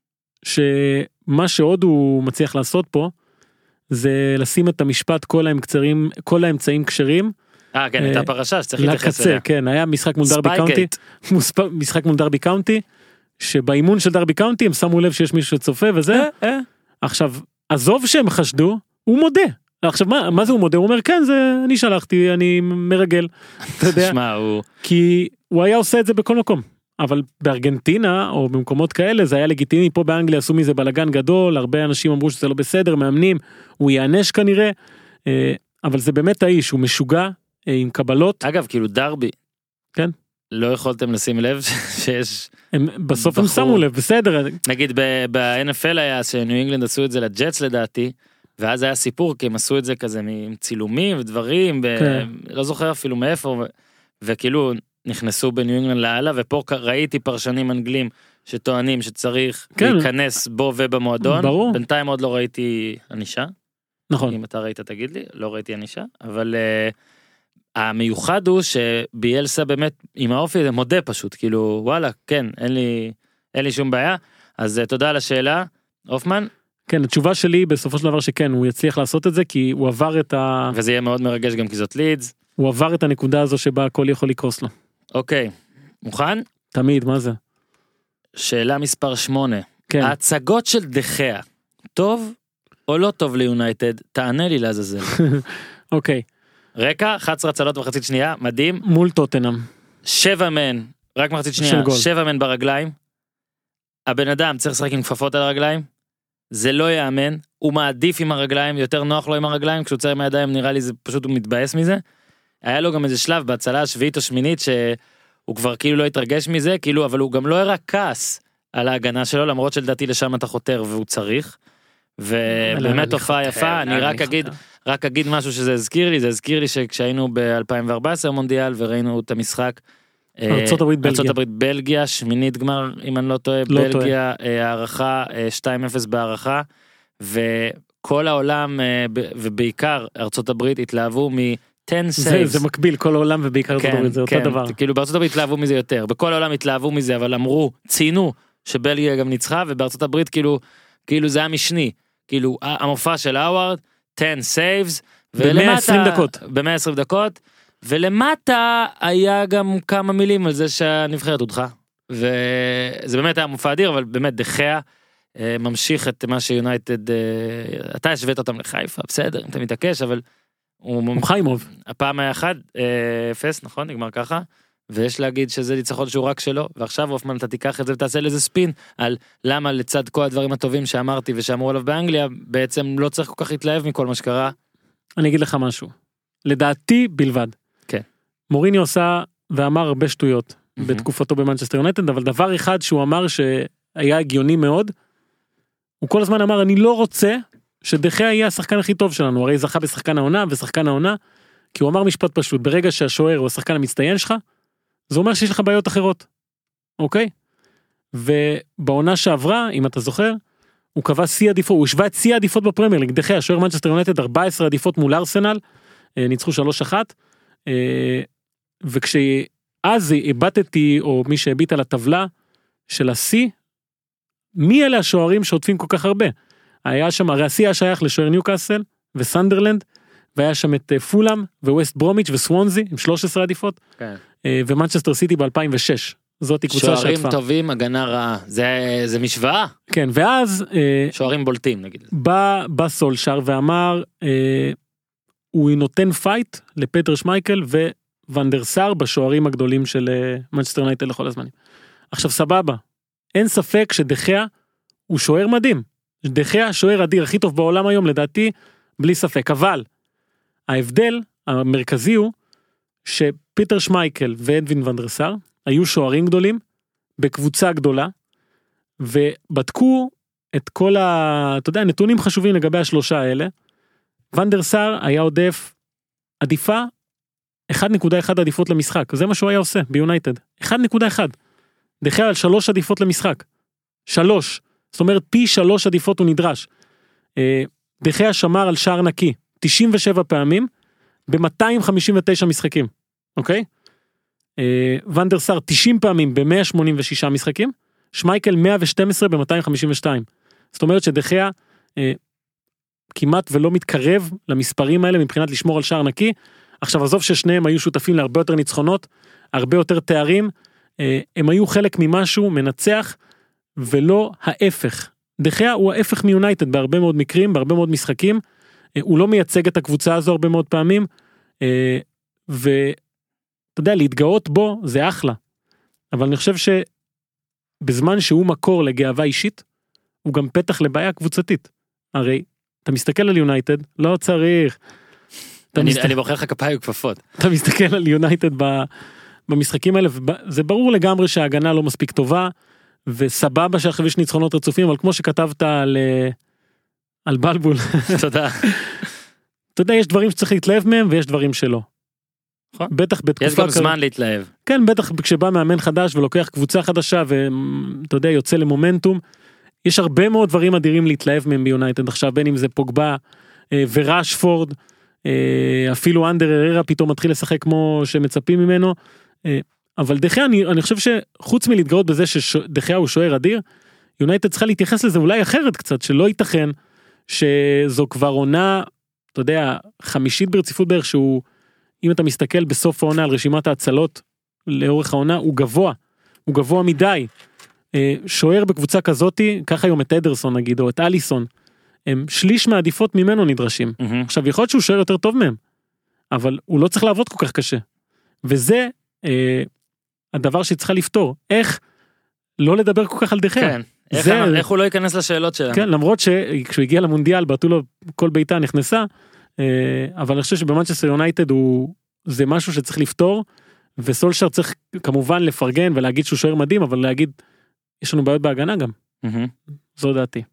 B: שמה שעוד הוא מצליח לעשות פה, זה לשים את המשפט כל האמצעים כשרים.
A: כן, הייתה פרשה שצריך להתייחס אליה.
B: כן, היה משחק מול דרבי קאונטי, משחק מול דרבי קאונטי, שבאימון של דרבי קאונטי הם שמו לב שיש מישהו שצופה וזה. עכשיו, עזוב שהם חשדו, הוא מודה. עכשיו, מה זה הוא מודה? הוא אומר, כן, זה אני שלחתי, אני מרגל. אתה יודע? כי הוא היה עושה את זה בכל מקום. אבל בארגנטינה, או במקומות כאלה, זה היה לגיטימי, פה באנגליה עשו מזה בלגן גדול, הרבה אנשים אמרו שזה לא בסדר, מאמנים, הוא יענש כנראה, אבל זה באמת האיש, הוא משוגע, עם קבלות.
A: אגב, כאילו דרבי.
B: כן.
A: לא יכולתם לשים לב שיש...
B: בסוף הם שמו לב, בסדר.
A: נגיד ב-NFL היה, שניו אינגלנד עשו את זה לג'טס לדעתי, ואז היה סיפור, כי הם עשו את זה כזה עם צילומים ודברים, לא זוכר אפילו מאיפה, וכאילו... נכנסו בניו אינגלנד לעלה, ופה ראיתי פרשנים אנגלים שטוענים שצריך להיכנס בו ובמועדון.
B: ברור.
A: בינתיים עוד לא ראיתי אנישה.
B: נכון.
A: אם אתה ראית תגיד לי, לא ראיתי אנישה, אבל המיוחד הוא שביאלסה באמת עם האופי זה מודה פשוט, כאילו וואלה, כן, אין לי שום בעיה. אז תודה על השאלה, אופמן.
B: כן, התשובה שלי בסופו של דבר שכן, הוא יצליח לעשות את זה, כי הוא עבר את
A: וזה יהיה מאוד מרגש גם כי זאת לידס. הוא
B: עבר את הנקודה הזו שבה הכל יכול לקרוס לו.
A: אוקיי, מוכן?
B: תמיד, מה זה?
A: שאלה מספר 8.
B: כן.
A: ההצגות של דחיה, טוב או לא טוב ליונייטד? תענה לי לעזאזל.
B: אוקיי.
A: רקע, 11 הצלות מחצית שנייה, מדהים.
B: מול טוטנהאם.
A: 7 מן, רק מחצית שנייה, 7 מן ברגליים. הבן אדם צריך לשחק עם כפפות על הרגליים. זה לא יאמן, הוא מעדיף עם הרגליים, יותר נוח לו עם הרגליים, כשהוא צריך עם הידיים נראה לי זה פשוט הוא מתבאס מזה. היה לו גם איזה שלב בהצלה השביעית או שמינית שהוא כבר כאילו לא התרגש מזה, כאילו, אבל הוא גם לא הראה כעס על ההגנה שלו, למרות שלדעתי לשם אתה חותר והוא צריך. ובאמת תופעה יפה. אני רק אגיד משהו שזה הזכיר לי, זה הזכיר לי שכשהיינו ב-2014 מונדיאל וראינו את המשחק,
B: ארצות הברית
A: בלגיה, שמינית גמר, אם אני לא טועה, בלגיה, הערכה, 2-0 בהערכה, וכל העולם, ובעיקר ארצות הברית, התלהבו מ-10 saves.
B: זה מקביל, כל העולם ובעיקר ארצות הברית, זה אותו דבר.
A: כאילו בארצות הברית התלהבו מזה יותר, בכל העולם התלהבו מזה, אבל אמרו, ציינו, שבלגיה גם ניצחה, ובארצות הברית כאילו זה היה משני, כאילו המופע של האווארד, 10 saves, ב-120 דקות, ולמטה היה גם כמה מילים על זה שהנבחרת הודחה, וזה באמת היה מופע אדיר, אבל באמת דחיה ממשיך את מה שיונייטד, אתה השווית אותם לחיפה, בסדר, אם אתה מתעקש, אבל
B: הוא חיימוב.
A: הפעם היה 1-0, נכון, נגמר ככה, ויש להגיד שזה ניצחון שהוא רק שלו, ועכשיו אופמן אתה תיקח את זה ותעשה לזה ספין, על למה לצד כל הדברים הטובים שאמרתי ושאמרו עליו באנגליה, בעצם לא צריך כל כך להתלהב מכל מה שקרה. אני
B: אגיד לך משהו, לדעתי בלבד.
A: כן.
B: מוריניו עושה ואמר הרבה שטויות בתקופתו במנצ'סטר יונייטד, אבל דבר אחד שהוא אמר שהיה הגיוני מאוד, הוא כל הזמן אמר אני לא רוצה שדחיה יהיה השחקן הכי טוב שלנו, הרי זכה בשחקן העונה ושחקן העונה, כי הוא אמר משפט פשוט, ברגע שהשוער הוא השחקן המצטיין שלך, זה אומר שיש לך בעיות אחרות, אוקיי? ובעונה שעברה, אם אתה זוכר, הוא קבע שיא עדיפות, הוא השווה את שיא עדיפות בפרמייר ליג, דחיה, השוער מנצ'סטר יונייטד, 14 עדיפות מול ארסנל, ניצחו 3-1, וכשאז הבטתי, או מי שהביט על הטבלה של השיא, מי אלה השוערים שעוטפים כל כך הרבה? היה שם, הרי השיא היה שייך לשוער ניוקאסל וסנדרלנד, והיה שם את פולאם וווסט ברומיץ' וסוונזי עם 13 עדיפות, ומנצ'סטר סיטי ב-2006. זאת קבוצה שעטפה.
A: שוערים טובים, הגנה רעה. זה משוואה.
B: כן, ואז
A: שוערים בולטים נגיד.
B: בא סולשר ואמר, הוא נותן פייט לפטר שמייקל וונדרסאר בשוערים הגדולים של מנצ'סטר יונייטד לכל הזמנים. עכשיו סבבה, אין ספק שדחיה הוא שוער מדהים. דחיה שוער אדיר, הכי טוב בעולם היום לדעתי, בלי ספק. אבל ההבדל המרכזי הוא שפיטר שמייקל ואדווין ונדרסאר היו שוערים גדולים בקבוצה גדולה, ובדקו את כל אתה יודע, נתונים חשובים לגבי השלושה האלה. ונדרסאר היה עודף עדיפה 1.1 עדיפות למשחק, זה מה שהוא היה עושה ביונייטד, 1.1. דחיה על 3 עדיפות למשחק, 3, זאת אומרת פי 3 עדיפות הוא נדרש. דחיה שמר על שער נקי 97 פעמים ב-259 משחקים, אוקיי? ונדרסאר 90 פעמים ב-186 משחקים, שמייקל 112 ב-252. זאת אומרת שדחיה כמעט ולא מתקרב למספרים האלה מבחינת לשמור על שער נקי. עכשיו עזוב ששניהם היו שותפים להרבה יותר ניצחונות, הרבה יותר תארים, הם היו חלק ממשהו מנצח, ולא ההפך. דחיה הוא ההפך מיונייטד בהרבה מאוד מקרים, בהרבה מאוד משחקים, הוא לא מייצג את הקבוצה הזו הרבה מאוד פעמים, ואתה יודע, להתגאות בו זה אחלה, אבל אני חושב שבזמן שהוא מקור לגאווה אישית, הוא גם פתח לבעיה קבוצתית. הרי אתה מסתכל על יונייטד, לא צריך.
A: אני בוחר לך כפיים וכפפות.
B: אתה מסתכל על יונייטד במשחקים האלה, זה ברור לגמרי שההגנה לא מספיק טובה, וסבבה שעכשיו יש ניצחונות רצופים, אבל כמו שכתבת על בלבול,
A: תודה.
B: אתה יודע, יש דברים שצריך להתלהב מהם, ויש דברים שלא. בטח בתקופה...
A: יש גם זמן להתלהב.
B: כן, בטח כשבא מאמן חדש, ולוקח קבוצה חדשה, ואתה יודע, יוצא למומנטום, יש הרבה מאוד דברים אדירים להתלהב מהם ביונייטד, עכשיו בין אם זה פוגבה וראשפורד, אפילו אנדר הררה פתאום מתחיל לשחק כמו שמצפים ממנו, אבל דחיה, אני חושב שחוץ מלהתגאות בזה שדחיה הוא שוער אדיר, יונייטד צריכה להתייחס לזה אולי אחרת קצת, שלא ייתכן שזו כבר עונה, אתה יודע, חמישית ברציפות בערך, שהוא, אם אתה מסתכל בסוף העונה על רשימת ההצלות לאורך העונה, הוא גבוה מדי. שוער בקבוצה כזאתי, ככה היום את אדרסון נגיד, או את אליסון, הם שליש מהעדיפות ממנו נדרשים. עכשיו יכול להיות שהוא שוער יותר טוב מהם, אבל הוא לא צריך לעבוד כל כך קשה. וזה הדבר שצריכה לפתור. איך לא לדבר כל כך על דחיה?
A: כן. איך הוא לא ייכנס לשאלות שלנו?
B: כן, למרות שכשהוא הגיע למונדיאל, בעטו לו כל ביתה נכנסה, אבל אני חושב שבמנצ'סטר יונייטד זה משהו שצריך לפתור, וסולשר צריך כמובן לפרגן ולהגיד שהוא שוער מדהים, אבל להגיד, יש לנו בעיות בהגנה גם. זו דעתי.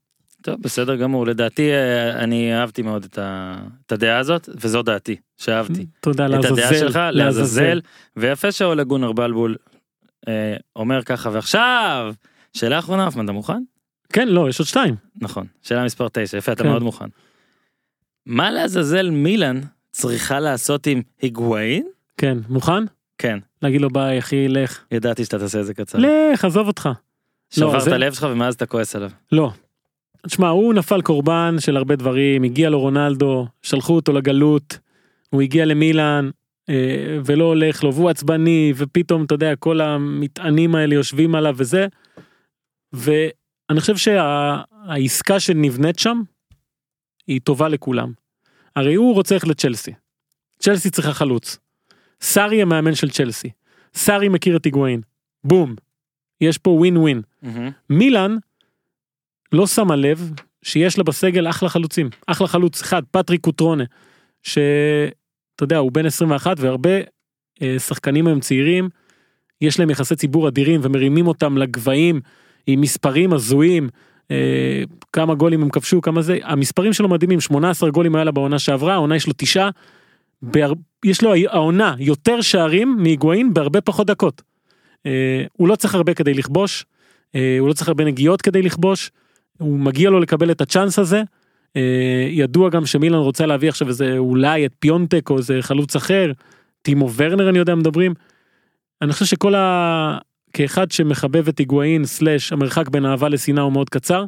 A: טוב, בסדר גמור, לדעתי אני אהבתי מאוד את הדעה הזאת, וזו דעתי, שאהבתי.
B: תודה,
A: את הדעה שלך, לעזאזל, ויפה שאולה גונר בלבול אומר ככה, ועכשיו, שאלה אחרונה, אפמן, אתה מוכן?
B: כן, לא, יש עוד 2.
A: נכון, שאלה מספר 9, יפה, אתה מאוד מוכן. מה לעזאזל מילאן צריכה לעשות עם היגואין?
B: כן, מוכן?
A: כן.
B: להגיד לו ביי, אחי, לך.
A: ידעתי שאתה תעשה את זה קצר.
B: לך, עזוב אותך.
A: שברת הלב שלך ומאז אתה כועס עליו.
B: לא. תשמע, הוא נפל קורבן של הרבה דברים, הגיע לו רונלדו, שלחו אותו לגלות, הוא הגיע למילאן, ולא הולך לו, והוא עצבני, ופתאום, אתה יודע, כל המטענים האלה יושבים עליו וזה, ואני חושב שהעסקה שנבנית שם, היא טובה לכולם. הרי הוא רוצה ללכת לצ'לסי. צ'לסי צריכה חלוץ. סארי המאמן של צ'לסי. סארי מכיר את היגואין. בום. יש פה ווין ווין. מילאן לא שמה לב שיש לה בסגל אחלה חלוצים. אחלה חלוץ אחד, פטריק קוטרונה, שאתה יודע, הוא בן 21 והרבה שחקנים היום צעירים, יש להם יחסי ציבור אדירים ומרימים אותם לגבהים עם מספרים הזויים, כמה גולים הם כבשו, כמה זה, המספרים שלו מדהימים, 18 גולים היה לה בעונה שעברה, העונה יש לו 9, יש לו העונה יותר שערים מהיגואין בהרבה פחות דקות. הוא לא צריך הרבה כדי לכבוש, הוא לא צריך הרבה נגיעות כדי לכבוש, הוא מגיע לו לקבל את הצ'אנס הזה, ידוע גם שמילן רוצה להביא עכשיו איזה אולי את פיונטק או איזה חלוץ אחר, טימו ורנר אני יודע מדברים, אני חושב שכל כאחד שמחבב את היגואין סלש המרחק בין אהבה לשנאה הוא מאוד קצר,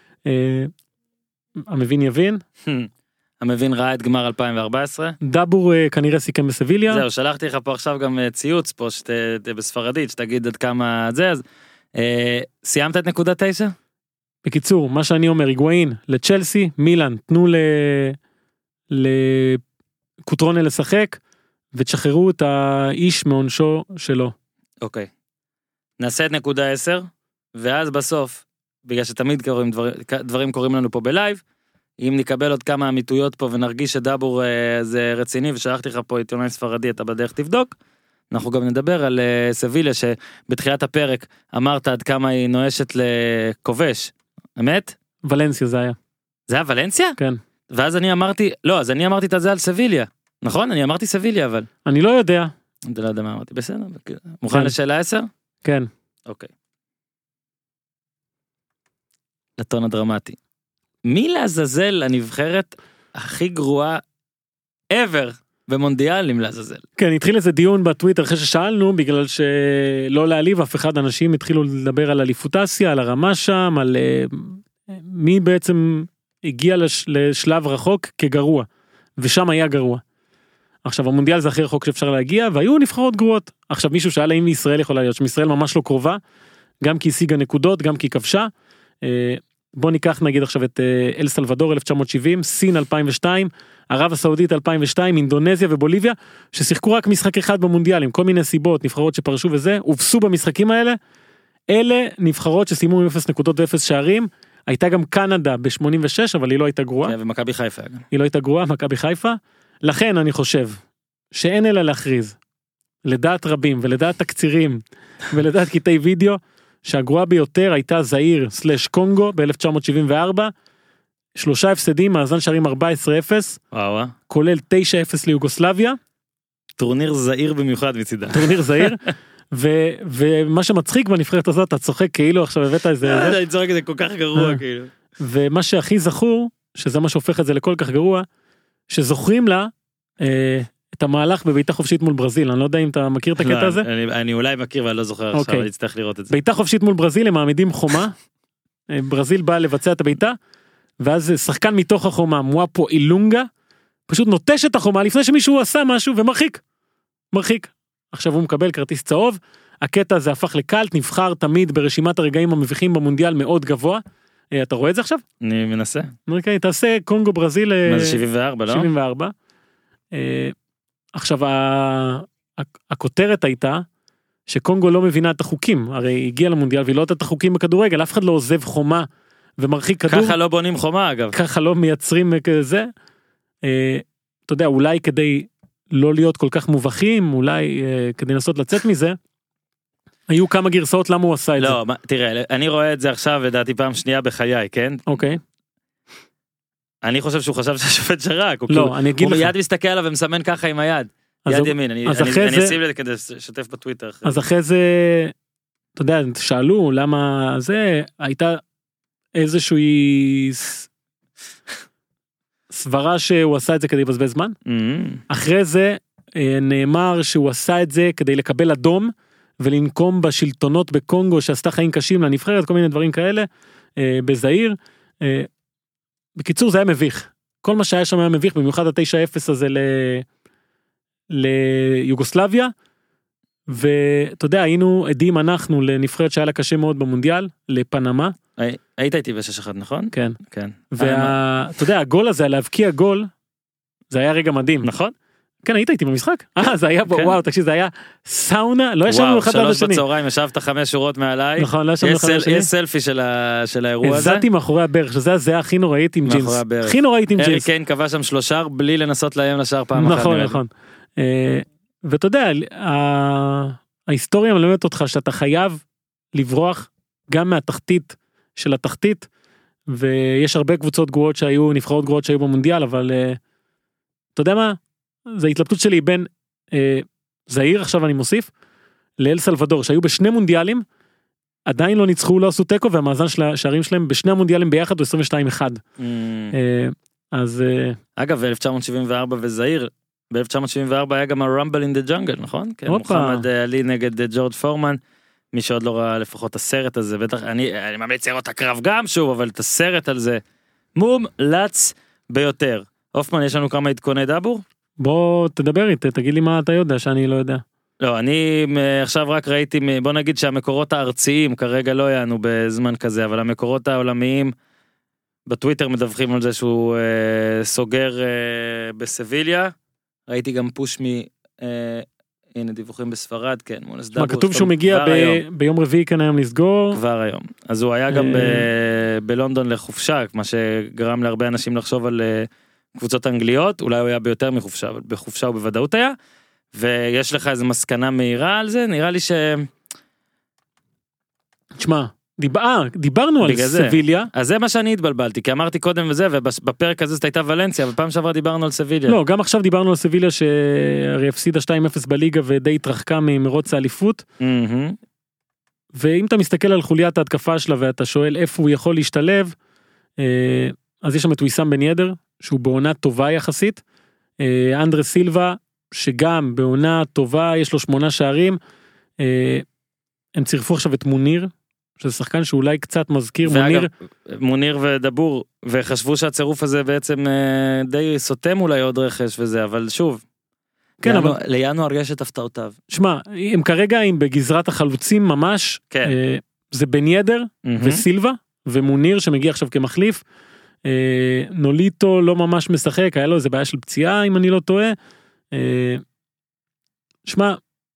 B: המבין יבין.
A: המבין ראה את גמר 2014.
B: דאבור כנראה סיכם בסביליה.
A: זהו, שלחתי לך פה עכשיו גם ציוץ פה בספרדית, שתגיד עד כמה זה, אז סיימת את נקודה 9?
B: בקיצור, מה שאני אומר, היגואין לצ'לסי, מילאן, תנו לקוטרונה לשחק, ותשחררו את האיש מעונשו שלו.
A: אוקיי. נעשה את נקודה 10, ואז בסוף, בגלל שתמיד דברים קורים לנו פה בלייב, אם נקבל עוד כמה אמיתויות פה ונרגיש שדאבור זה רציני, ושלחתי לך פה עיתונאי ספרדי, אתה בדרך תבדוק, אנחנו גם נדבר על סביליה, שבתחילת הפרק אמרת עד כמה היא נואשת לכובש, אמת?
B: ולנסיה זה היה.
A: זה היה ולנסיה?
B: כן.
A: ואז אני אמרתי, לא, אז אני אמרתי את זה על סביליה, נכון? אני אמרתי סביליה, אבל.
B: אני לא יודע.
A: אני לא יודע מה אמרתי, בסדר. מוכן לשאלה 10?
B: כן.
A: אוקיי. לטון הדרמטי. מי לעזאזל הנבחרת הכי גרועה ever במונדיאלים לעזאזל?
B: כן, התחיל איזה דיון בטוויטר אחרי ששאלנו, בגלל שלא להעליב אף אחד, אנשים התחילו לדבר על אליפוטציה, על הרמה שם, על מי בעצם הגיע לשלב רחוק כגרוע, ושם היה גרוע. עכשיו המונדיאל זה הכי רחוק שאפשר להגיע, והיו נבחרות גרועות. עכשיו מישהו שאל האם ישראל יכולה להיות, שמישראל ממש לא קרובה, גם כי השיגה נקודות, גם כי כבשה. בוא ניקח נגיד עכשיו את אל סלבדור 1970, סין 2002, ערב הסעודית 2002, אינדונזיה ובוליביה, ששיחקו רק משחק אחד במונדיאל, עם כל מיני סיבות, נבחרות שפרשו וזה, הובסו במשחקים האלה, אלה נבחרות שסיימו עם 0 נקודות ו0 שערים, הייתה גם קנדה ב-86, אבל היא לא הייתה גרועה.
A: ומכבי חיפה.
B: היא לא הייתה גרועה, מכבי חיפה. לכן אני חושב שאין אלא להכריז, לדעת רבים ולדעת תקצירים ולדעת קטעי וידאו, שהגרועה ביותר הייתה זעיר סלש קונגו ב-1974, 3 הפסדים, מאזן שערים 14-0, כולל 9-0 ליוגוסלביה.
A: טורניר זעיר במיוחד מצידה.
B: טורניר זעיר, ומה שמצחיק בנבחרת הזאת, אתה צוחק כאילו עכשיו הבאת איזה...
A: אני צוחק את זה כל כך גרוע כאילו.
B: ומה שהכי זכור, שזה מה שהופך את זה לכל כך גרוע, שזוכרים לה את המהלך בביתה חופשית מול ברזיל, אני לא יודע אם אתה מכיר את הקטע הזה.
A: אני אולי מכיר ואני לא זוכר עכשיו, אני אצטרך לראות את זה.
B: ביתה חופשית מול ברזיל, הם מעמידים חומה, ברזיל באה לבצע את הביתה, ואז שחקן מתוך החומה, מואפו אילונגה, פשוט נוטש את החומה לפני שמישהו עשה משהו ומרחיק. מרחיק. עכשיו הוא מקבל כרטיס צהוב, הקטע הזה הפך לקלט, נבחר תמיד ברשימת הרגעים המביכים במונדיאל מאוד גבוה. אתה רואה את זה עכשיו?
A: אני מנסה.
B: אוקיי, תעשה קונגו ברזיל.
A: מה זה 74, לא?
B: 74. עכשיו הכותרת הייתה שקונגו לא מבינה את החוקים, הרי הגיע למונדיאל והיא לא יודעת את החוקים בכדורגל, אף אחד לא עוזב חומה ומרחיק כדור.
A: ככה לא בונים חומה אגב.
B: ככה לא מייצרים כזה. אתה יודע, אולי כדי לא להיות כל כך מובכים, אולי כדי לנסות לצאת מזה, היו כמה גרסאות למה הוא עשה את זה.
A: לא, תראה, אני רואה את זה עכשיו, לדעתי פעם שנייה בחיי, כן?
B: אוקיי.
A: אני חושב שהוא חשב שהשופט שרק,
B: לא, אני אגיד לך.
A: הוא מיד מסתכל עליו ומסמן ככה עם היד, יד ימין, אני אשים לזה כדי לשתף בטוויטר.
B: אז אחרי זה, אתה יודע, שאלו למה זה, הייתה איזושהי סברה שהוא עשה את זה כדי לבזבז זמן, אחרי זה נאמר שהוא עשה את זה כדי לקבל אדום, ולנקום בשלטונות בקונגו שעשתה חיים קשים לנבחרת, כל מיני דברים כאלה, בזהיר. בקיצור זה היה מביך, כל מה שהיה שם היה מביך, במיוחד ה-9-0 הזה ליוגוסלביה, ואתה יודע, היינו עדים אנחנו לנבחרת שהיה לה קשה מאוד במונדיאל, לפנמה.
A: היית איתי ב-6-1, נכון?
B: כן.
A: כן.
B: ואתה יודע, הגול הזה, להבקיע גול, זה היה רגע מדהים.
A: נכון?
B: כן, היית איתי במשחק? זה היה, וואו, תקשיב, זה היה סאונה, לא ישבנו אחד ליד השני.
A: 3 בצהריים, ישבת 5 שורות מעליי.
B: נכון, לא ישבנו אחד ליד השני.
A: יש סלפי של האירוע הזה.
B: הזעתי מאחורי הברך, שזה הזעה הכי נוראית עם ג'ינס. הכי נוראית עם ג'ינס.
A: ארי קיין קבע שם 3 בלי לנסות לאיים לשער פעם אחת.
B: נכון, נכון. ואתה יודע, ההיסטוריה מלמדת אותך שאתה חייב לברוח גם מהתחתית של התחתית, ויש הרבה קבוצות גרועות שהיו, נבחרות גרועות שהיו במונדיאל, אבל אתה יודע מה? זה ההתלבטות שלי בין זהיר, עכשיו אני מוסיף, לאל סלבדור, שהיו בשני מונדיאלים, עדיין לא ניצחו, לא עשו טקו, והמאזן של השערים שלהם בשני המונדיאלים ביחד הוא 22-1. אז...
A: אגב, ב-1974 וזהיר, ב-1974 היה גם הרמבל אין דה ג'אנגל, נכון? כן, מוחמד עלי נגד ג'ורג' פורמן, מי שעוד לא ראה לפחות הסרט הזה, בטח, אני ממליץ לראות את הקרב גם שוב, אבל את הסרט על זה, מומלץ ביותר. אופמן, יש לנו כמה עדכוני דאבור?
B: בוא תדבר איתי, תגיד לי מה אתה יודע שאני לא יודע.
A: לא, אני עכשיו רק ראיתי, בוא נגיד שהמקורות הארציים כרגע לא יענו בזמן כזה, אבל המקורות העולמיים בטוויטר מדווחים על זה שהוא סוגר בסביליה, ראיתי גם פוש הנה דיווחים בספרד, כן, מונס דאבור.
B: כתוב שהוא מגיע ביום רביעי כאן היום לסגור.
A: כבר היום. אז הוא היה גם בלונדון לחופשה, מה שגרם להרבה אנשים לחשוב על קבוצות אנגליות, אולי הוא היה ביותר מחופשה, אבל בחופשה הוא בוודאות היה, ויש לך איזו מסקנה מהירה על זה, נראה לי תשמע,
B: דיברנו על סביליה.
A: אז זה מה שאני התבלבלתי, כי אמרתי קודם וזה, ובפרק הזה זאת הייתה ולנסיה, אבל פעם שעברה דיברנו על סביליה.
B: לא, גם עכשיו דיברנו על סביליה, שהרי הפסידה 2-0 בליגה, ודי התרחקה ממרוץ האליפות, ואם אתה מסתכל על חוליית ההתקפה שלה, ואתה שואל איפה הוא יכול להשתלב, אז יש שם את ויסאם בן ידר, שהוא בעונה טובה יחסית, אנדרה סילבה, שגם בעונה טובה, יש לו 8 שערים, הם צירפו עכשיו את מוניר, שזה שחקן שאולי קצת מזכיר,
A: מוניר ודבור, וחשבו שהצירוף הזה בעצם די סותם אולי עוד רכש וזה, אבל שוב, כן, אבל לינואר יש את הפתעותיו.
B: שמע, הם כרגע הם בגזרת החלוצים ממש, זה בן ידר וסילבה, ומוניר שמגיע עכשיו כמחליף, נוליטו לא ממש משחק, היה לו איזה בעיה של פציעה אם אני לא טועה, שמע,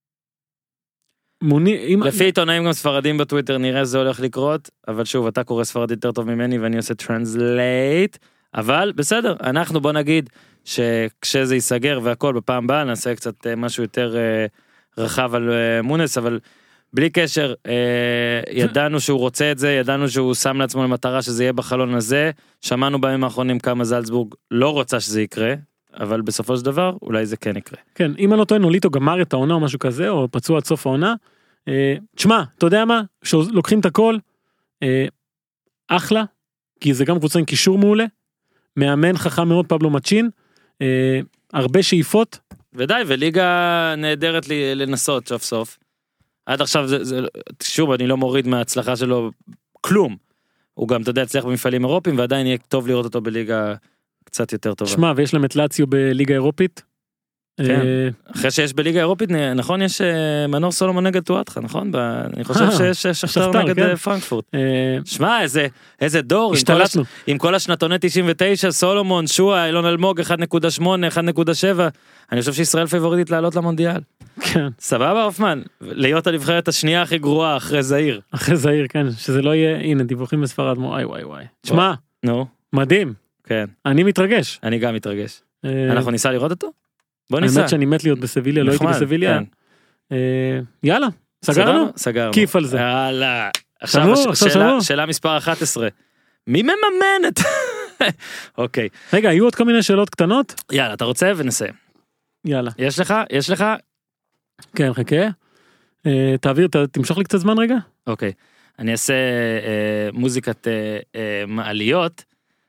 A: לפי עיתונאים גם ספרדים בטוויטר נראה זה הולך לקרות, אבל שוב אתה קורא ספרדי יותר טוב ממני ואני עושה טרנסלייט, אבל בסדר, אנחנו בוא נגיד שכשזה ייסגר והכל בפעם הבאה נעשה קצת משהו יותר רחב על מונס, אבל בלי קשר ידענו שהוא רוצה את זה, ידענו שהוא שם לעצמו למטרה שזה יהיה בחלון הזה, שמענו בימים האחרונים כמה זלצבורג לא רוצה שזה יקרה, אבל בסופו של דבר אולי זה כן יקרה.
B: כן, אם אני לא טוען נוליטו גמר את העונה או משהו כזה, או פצוע עד סוף העונה, תשמע, אתה יודע מה, שלוקחים את הכל, אחלה, כי זה גם קבוצה עם קישור מעולה, מאמן חכם מאוד פבלו מצ'ין, הרבה שאיפות.
A: ודי, וליגה נהדרת לנסות סוף סוף. עד עכשיו, שוב, אני לא מוריד מההצלחה שלו כלום. הוא גם, אתה יודע, הצליח במפעלים אירופיים, ועדיין יהיה טוב לראות אותו בליגה קצת יותר טובה.
B: שמע, ויש להם את לאציו בליגה אירופית.
A: כן, אחרי שיש בליגה אירופית, נכון, יש מנור סולומון נגד טואטחה, נכון? אני חושב שיש שכתר נגד פרנקפורט. שמע, איזה דור, עם כל השנתוני 99, סולומון, שואה, אילון אלמוג, 1.8, 1.7, אני חושב שישראל פייבוריטית לעלות למונדיאל.
B: כן.
A: סבבה, אופמן, להיות הנבחרת השנייה הכי גרועה אחרי זהיר.
B: אחרי זהיר, כן, שזה לא יהיה, הנה, דיווחים בספרד, וואי. תשמע, מדהים.
A: כן.
B: אני מתרגש.
A: אני גם מתרגש. אנחנו ניסה לראות אותו? בוא ניסה.
B: האמת שאני מת להיות בסביליה, לא הייתי בסביליה. יאללה, סגרנו?
A: סגרנו.
B: כיף על זה.
A: יאללה. עכשיו שאלה מספר 11. מי מממן את... אוקיי.
B: רגע, היו עוד כל מיני שאלות קטנות?
A: יאללה, אתה רוצה ונסיים.
B: יאללה.
A: יש לך?
B: כן, חכה. תעביר, תמשוך לי קצת זמן רגע.
A: אוקיי. אני אעשה מוזיקת מעליות.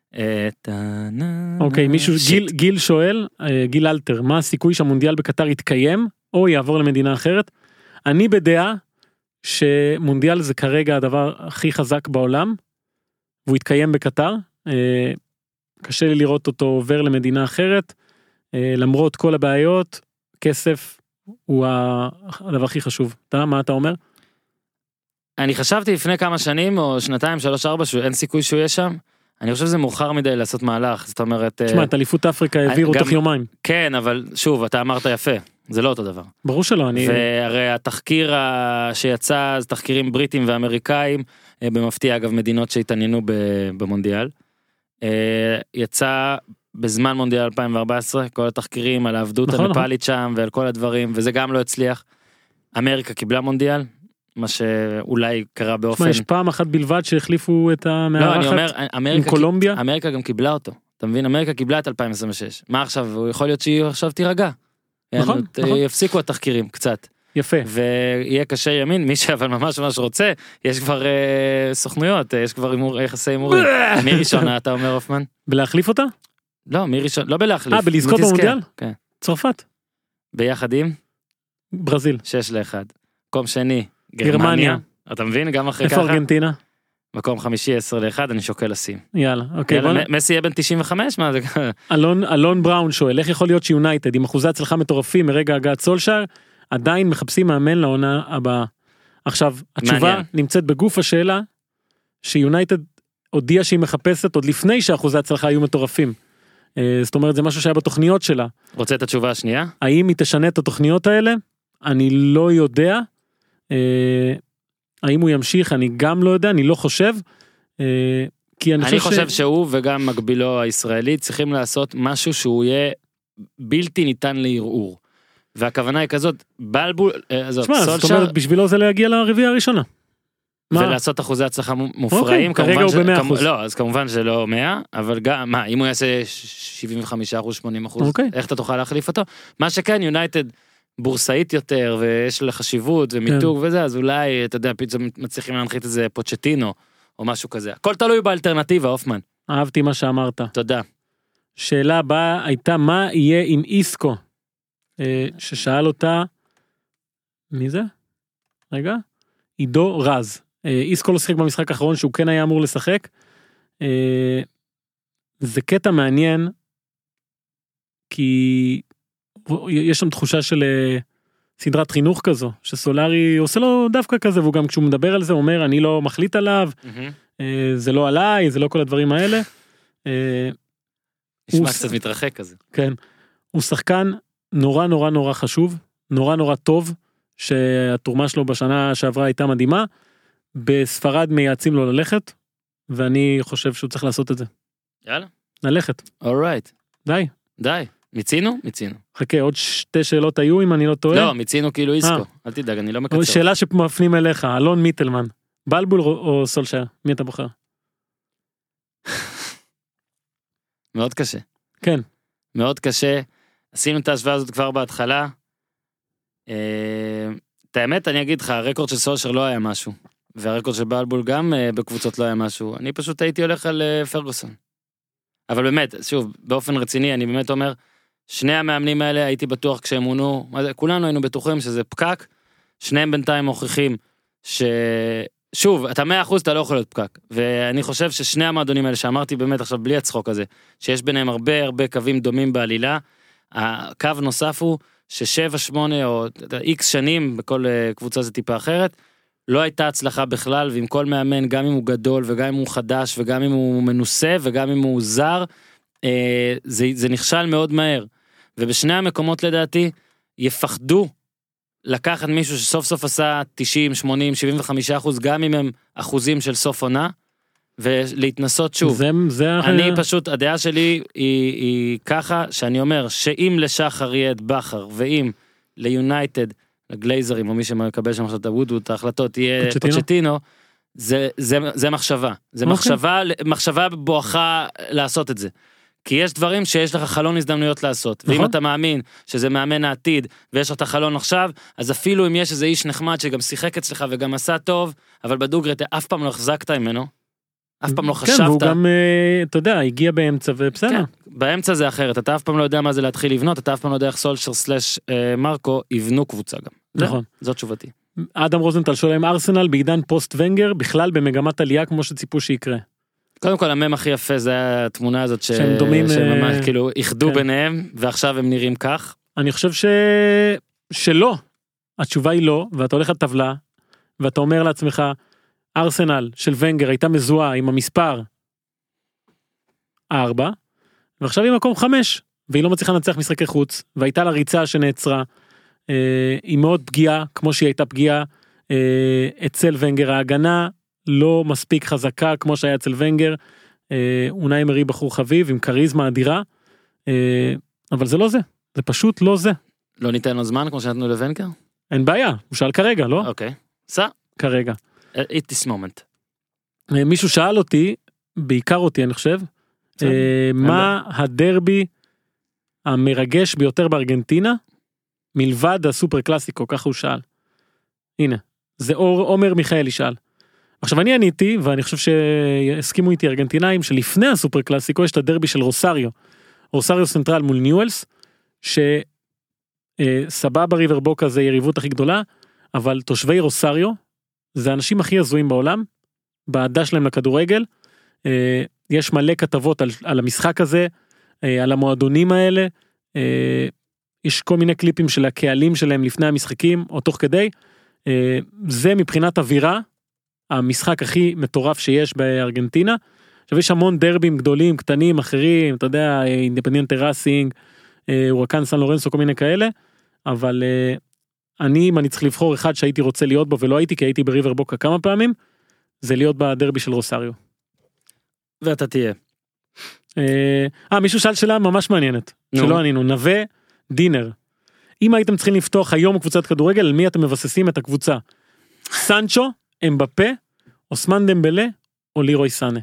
B: אוקיי, מישהו, גיל שואל, גיל אלתר, מה הסיכוי שהמונדיאל בקטר יתקיים, או יעבור למדינה אחרת? אני בדעה שמונדיאל זה כרגע הדבר הכי חזק בעולם, והוא יתקיים בקטר. קשה לי לראות אותו עובר למדינה אחרת, למרות כל הבעיות, כסף הוא הדבר הכי חשוב. מה אתה אומר?
A: אני חשבתי לפני כמה שנים, או שנתיים, 3-4, שאין סיכוי שהוא יהיה שם. אני חושב שזה מאוחר מדי לעשות מהלך, זאת אומרת...
B: תשמע, את אליפות אפריקה העבירו תוך יומיים.
A: כן, אבל שוב, אתה אמרת יפה, זה לא אותו דבר.
B: ברור שלא, אני...
A: והרי התחקיר שיצא, זה תחקירים בריטים ואמריקאים, במפתיע אגב מדינות שהתעניינו במונדיאל. יצא בזמן מונדיאל 2014, כל התחקירים על העבדות הנפאלית שם, ועל כל הדברים, וזה גם לא הצליח. אמריקה קיבלה מונדיאל, מה שאולי קרה באופן...
B: יש פעם אחת בלבד שהחליפו את המארחת עם קולומביה.
A: אמריקה גם קיבלה אותו. אתה מבין, אמריקה קיבלה את 2026. מה עכשיו? הוא יכול להיות שהיא עכשיו תירגע.
B: נכון.
A: יפסיקו התחקירים קצת.
B: יפה.
A: ויהיה קשה ימין, מי שאבל ממש רוצה, יש כבר סוכנויות, יש כבר יחסי הימורים. מי ראשונה אתה אומר אופמן?
B: בלהחליף אותה?
A: לא, מי ראשון, לא בלהחליף.
B: בלזכות במונדיאל?
A: כן.
B: צרפת.
A: ביחד עם?
B: ברזיל.
A: 6-1. מקום שני. גרמניה. אתה מבין? גם אחרי ככה.
B: איפה ארגנטינה?
A: מקום חמישי 10-1, אני שוקל לשים.
B: יאללה, אוקיי.
A: מסי יהיה בן 95? מה זה?
B: אלון בראון שואל, איך יכול להיות שיונייטד, עם אחוזי הצלחה מטורפים מרגע הגעת סולשר, עדיין מחפשים מאמן לעונה הבאה. עכשיו, התשובה נמצאת בגוף השאלה, שיונייטד הודיעה שהיא מחפשת עוד לפני שאחוזי הצלחה היו מטורפים. זאת אומרת, זה משהו שהיה בתוכניות שלה.
A: רוצה את התשובה השנייה?
B: האם היא תשנה את התוכניות האלה? אני לא יודע. האם הוא ימשיך? אני גם לא יודע, אני לא חושב. כי
A: אני חושב שהוא וגם מקבילו הישראלי צריכים לעשות משהו שהוא יהיה בלתי ניתן לערעור. והכוונה היא כזאת, בלבול,
B: זאת אומרת, בשבילו זה להגיע לרביעי הראשונה.
A: ולעשות אחוזי הצלחה מופרעים,
B: כרגע הוא ב100%.
A: לא, אז כמובן שלא 100, אבל גם, אם הוא יעשה 75%, 80%, איך אתה תוכל להחליף אותו? מה שכן, יונייטד בורסאית יותר, ויש לה חשיבות ומיתוג וזה, אז אולי, אתה יודע, פתאום מצליחים להנחית איזה פוצ'טינו, או משהו כזה. הכל תלוי באלטרנטיבה, אופמן.
B: אהבתי מה שאמרת.
A: תודה.
B: שאלה הבאה הייתה, מה יהיה עם איסקו? ששאל אותה, מי זה? רגע. עידו רז. איסקו לא שחק במשחק האחרון שהוא כן היה אמור לשחק. זה קטע מעניין, כי יש שם תחושה של סדרת חינוך כזו, שסולארי עושה לו דווקא כזה, והוא גם כשהוא מדבר על זה, הוא אומר, אני לא מחליט עליו, זה לא עליי, זה לא כל הדברים האלה.
A: נשמע קצת מתרחק כזה.
B: כן. הוא שחקן נורא נורא נורא חשוב, נורא נורא טוב, שהתרומה שלו בשנה שעברה הייתה מדהימה, בספרד מייעצים לו ללכת, ואני חושב שהוא צריך לעשות את זה.
A: יאללה.
B: ללכת.
A: אורייט.
B: די.
A: מיצינו?
B: חכה, עוד 2 שאלות היו אם אני לא טועה.
A: לא, מיצינו כאילו איסקו. אל תדאג, אני לא מקצר.
B: שאלה שמפנים אליך, אלון מיטלמן. בלבול או סולשר? מי אתה בוחר?
A: מאוד קשה.
B: כן.
A: מאוד קשה. עשינו את ההשוואה הזאת כבר בהתחלה. את האמת, אני אגיד לך, הרקורד של סולשר לא היה משהו. והרקורד של בלבול גם בקבוצות לא היה משהו. אני פשוט הייתי הולך על פרגוסון. אבל באמת, שוב, באופן רציני, אני באמת אומר, שני המאמנים האלה הייתי בטוח כשהם מונו, כולנו היינו בטוחים שזה פקק, שניהם בינתיים מוכיחים שוב, אתה 100% אתה לא יכול להיות פקק, ואני חושב ששני המועדונים האלה שאמרתי באמת עכשיו בלי הצחוק הזה, שיש ביניהם הרבה קווים דומים בעלילה, הקו נוסף הוא ש7, 8 או X שנים, בכל קבוצה זה טיפה אחרת, לא הייתה הצלחה בכלל, ועם כל מאמן, גם אם הוא גדול, וגם אם הוא חדש, וגם אם הוא מנוסה, וגם אם הוא זר, זה נכשל מאוד מהר. ובשני המקומות לדעתי, יפחדו לקחת מישהו שסוף סוף עשה 90, 80, 75%, גם אם הם אחוזים של סוף עונה, ולהתנסות שוב. אני פשוט, הדעה שלי היא ככה, שאני אומר, שאם לשחר יהיה את בחר, ואם ליונייטד, לגלייזרים, או מי שמקבל שם עכשיו את הוודווד, ההחלטות, יהיה פוצ'טינו, זה מחשבה, זה מחשבה בואכה לעשות את זה. כי יש דברים שיש לך חלון הזדמנויות לעשות, ואם אתה מאמין שזה מאמן העתיד, ויש לך חלון עכשיו, אז אפילו אם יש איזה איש נחמד שגם שיחק אצלך וגם עשה טוב, אבל בדוגרי אתה אף פעם לא החזקת ממנו, אף פעם לא חשבת.
B: כן, והוא גם, אתה יודע, הגיע באמצע ובסדר.
A: כן, באמצע זה אחרת, אתה אף פעם לא יודע מה זה להתחיל לבנות, אתה אף פעם לא יודע איך סולשר/מרקו יבנו קבוצה גם.
B: נכון.
A: זאת תשובתי.
B: אדם רוזנטל שואל אם ארסנל בעידן פוסט ונגר, בכלל במגמת עלייה כמו שציפו שיקרה.
A: קודם כל, המם הכי יפה זה התמונה הזאת שהם דומים, שממש כאילו איחדו ביניהם, ועכשיו הם נראים כך.
B: אני חושב שלא. התשובה היא לא, ואתה הולך לטבלה, ואתה אומר לעצמך, ארסנל של ונגר הייתה מזוהה עם המספר 4, ועכשיו היא מקום 5, והיא לא מצליחה לנצח משחקי חוץ, והייתה לה ריצה שנעצרה, היא מאוד פגיעה, כמו שהיא הייתה פגיעה אצל ונגר. ההגנה לא מספיק חזקה כמו שהיה אצל ונגר, אונאי אמרי בחור חביב עם קריזמה אדירה, אבל זה לא זה, זה פשוט לא זה.
A: לא ניתן לו זמן כמו שנתנו לוונגר?
B: אין בעיה, הוא שאל כרגע, לא?
A: אוקיי, סע.
B: כרגע.
A: It this moment.
B: מישהו שאל אותי, בעיקר אותי אני חושב, מה הדרבי המרגש ביותר בארגנטינה, מלבד הסופר קלאסיקו, ככה הוא שאל. הנה, זה עומר מיכאלי שאל. עכשיו אני עניתי, ואני חושב שהסכימו איתי ארגנטינאים, שלפני הסופר קלאסיקו יש את הדרבי של רוסריו. רוסריו סנטרל מול ניואלס, שסבבה ריבר בוקה זה יריבות הכי גדולה, אבל תושבי רוסריו, זה האנשים הכי הזויים בעולם, בעדה שלהם לכדורגל, יש מלא כתבות על המשחק הזה, על המועדונים האלה, יש כל מיני קליפים של הקהלים שלהם לפני המשחקים, או תוך כדי, זה מבחינת אווירה, המשחק הכי מטורף שיש בארגנטינה. עכשיו יש המון דרבים גדולים, קטנים, אחרים, אתה יודע, אינדפנדיאנטה ראסינג, הורקן סן לורנסו, כל מיני כאלה, אבל אם אני צריך לבחור אחד שהייתי רוצה להיות בו ולא הייתי, כי הייתי בריבר בוקה כמה פעמים, זה להיות בדרבי של רוסריו.
A: ואתה תהיה.
B: מישהו שאל שאלה ממש מעניינת, שלא ענינו, נווה דינר. אם הייתם צריכים לפתוח היום קבוצת כדורגל, על מי אתם מבססים את הקבוצה? סנצ'ו, אמבפה, אוסמן דמבלה, או לירוי סאנה.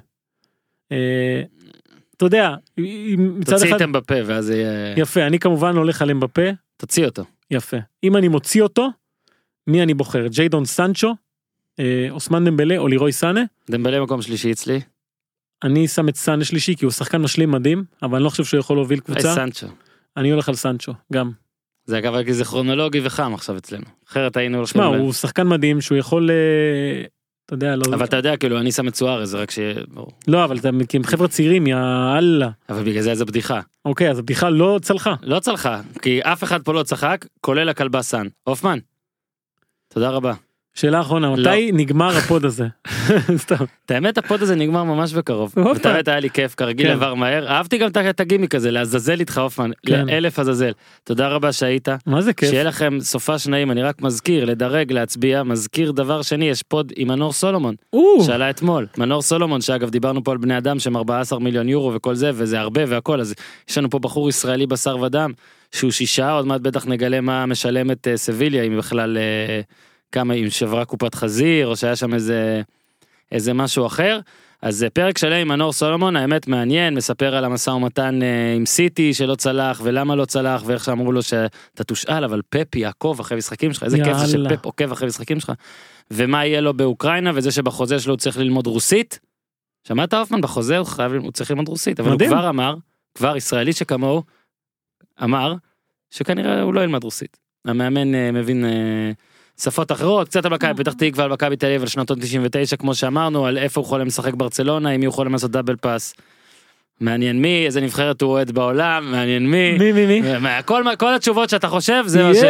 B: אתה יודע,
A: תוציא את אמבפה, ואז יהיה...
B: יפה, אני כמובן הולך על אמבפה.
A: תוציא אותו.
B: יפה. אם אני מוציא אותו, מי אני בוחר? ג'יידון סנצ'ו, אוסמן דמבלה, או לירוי סאנה?
A: דמבלה מקום שלישי אצלי.
B: אני שם את סאנה שלישי, כי הוא שחקן משלים מדהים, אבל אני לא חושב שהוא יכול להוביל קבוצה.
A: סנצ'ו.
B: אני הולך על סנצ'ו, גם.
A: זה אגב, כי זה כרונולוגי וחם עכשיו אצלנו. אחרת היינו...
B: שמע, הוא שחקן מדהים, שהוא יכול... אתה יודע, לא...
A: אבל אתה יודע, כאילו, אני שם את סוארז, זה רק ש...
B: לא, אבל אתה עם חבר'ה צעירים, יאללה.
A: אבל בגלל זה בדיחה.
B: אוקיי, אז הבדיחה לא צלחה.
A: לא צלחה, כי אף אחד פה לא צחק, כולל הכלבה סן. הופמן. תודה רבה.
B: שאלה אחרונה, מתי נגמר הפוד הזה? סתם.
A: האמת, הפוד הזה נגמר ממש בקרוב. באמת היה לי כיף, כרגיל עבר מהר. אהבתי גם את הגימיק הזה, לעזאזל איתך הופמן, לאלף עזאזל. תודה רבה שהיית.
B: מה זה כיף?
A: שיהיה לכם סופה שניים, אני רק מזכיר, לדרג, להצביע, מזכיר דבר שני, יש פוד עם מנור סולומון, שעלה אתמול. מנור סולומון, שאגב דיברנו פה על בני אדם שהם 14 מיליון יורו וכל זה, וזה הרבה והכל, אז יש לנו פה בחור ישראלי בשר ודם, שהוא 6, עוד מעט בטח נגלה מה משלם את סביליה, אם בכלל כמה, אם שברה קופת חזיר, או שהיה שם איזה משהו אחר. אז פרק שלם עם מנור סולומון, האמת מעניין, מספר על המשא ומתן עם סיטי שלא צלח, ולמה לא צלח, ואיך שאמרו לו שאתה תושאל, אבל פפ יעקוב אחרי משחקים שלך, איזה כיף זה שפפ עוקב אחרי משחקים שלך, ומה יהיה לו באוקראינה, וזה שבחוזה שלו הוא צריך ללמוד רוסית. שמעת אופמן, בחוזה הוא צריך ללמוד רוסית, אבל הוא כבר אמר, כבר ישראלי שכמוהו, אמר שכנראה הוא לא ילמד רוסית. המאמן מבין שפות אחרות, קצת על מכבי פתח תקווה, על מכבי תל אביב, על שנתון 99, כמו שאמרנו, על איפה הוא יכול לשחק ברצלונה, אם הוא יכול לעשות דאבל פאס. מעניין מי, איזה נבחרת הוא אוהד בעולם, מעניין מי. כל התשובות שאתה חושב, זה מה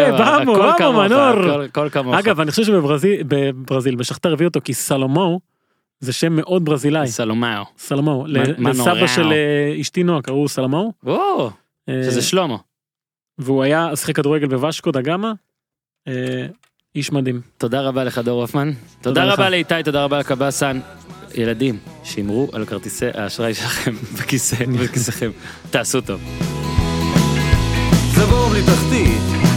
B: הכל כמוך. אגב, אני חושב שבברזיל, בשכתר הביא אותו, כי סלומו, זה שם מאוד ברזילאי. סלומו. לסבא של אשתי נועה, קראו סלומו.
A: שזה שלמה.
B: והוא היה שחק כדורגל בוושקו דה גאמה. איש מדהים.
A: תודה רבה לך דור הופמן. תודה רבה לאיתי, תודה רבה לקבסן. ילדים, שמרו על כרטיסי האשראי שלכם בכיסאכם. תעשו טוב.
C: זה בור בלי תחתית.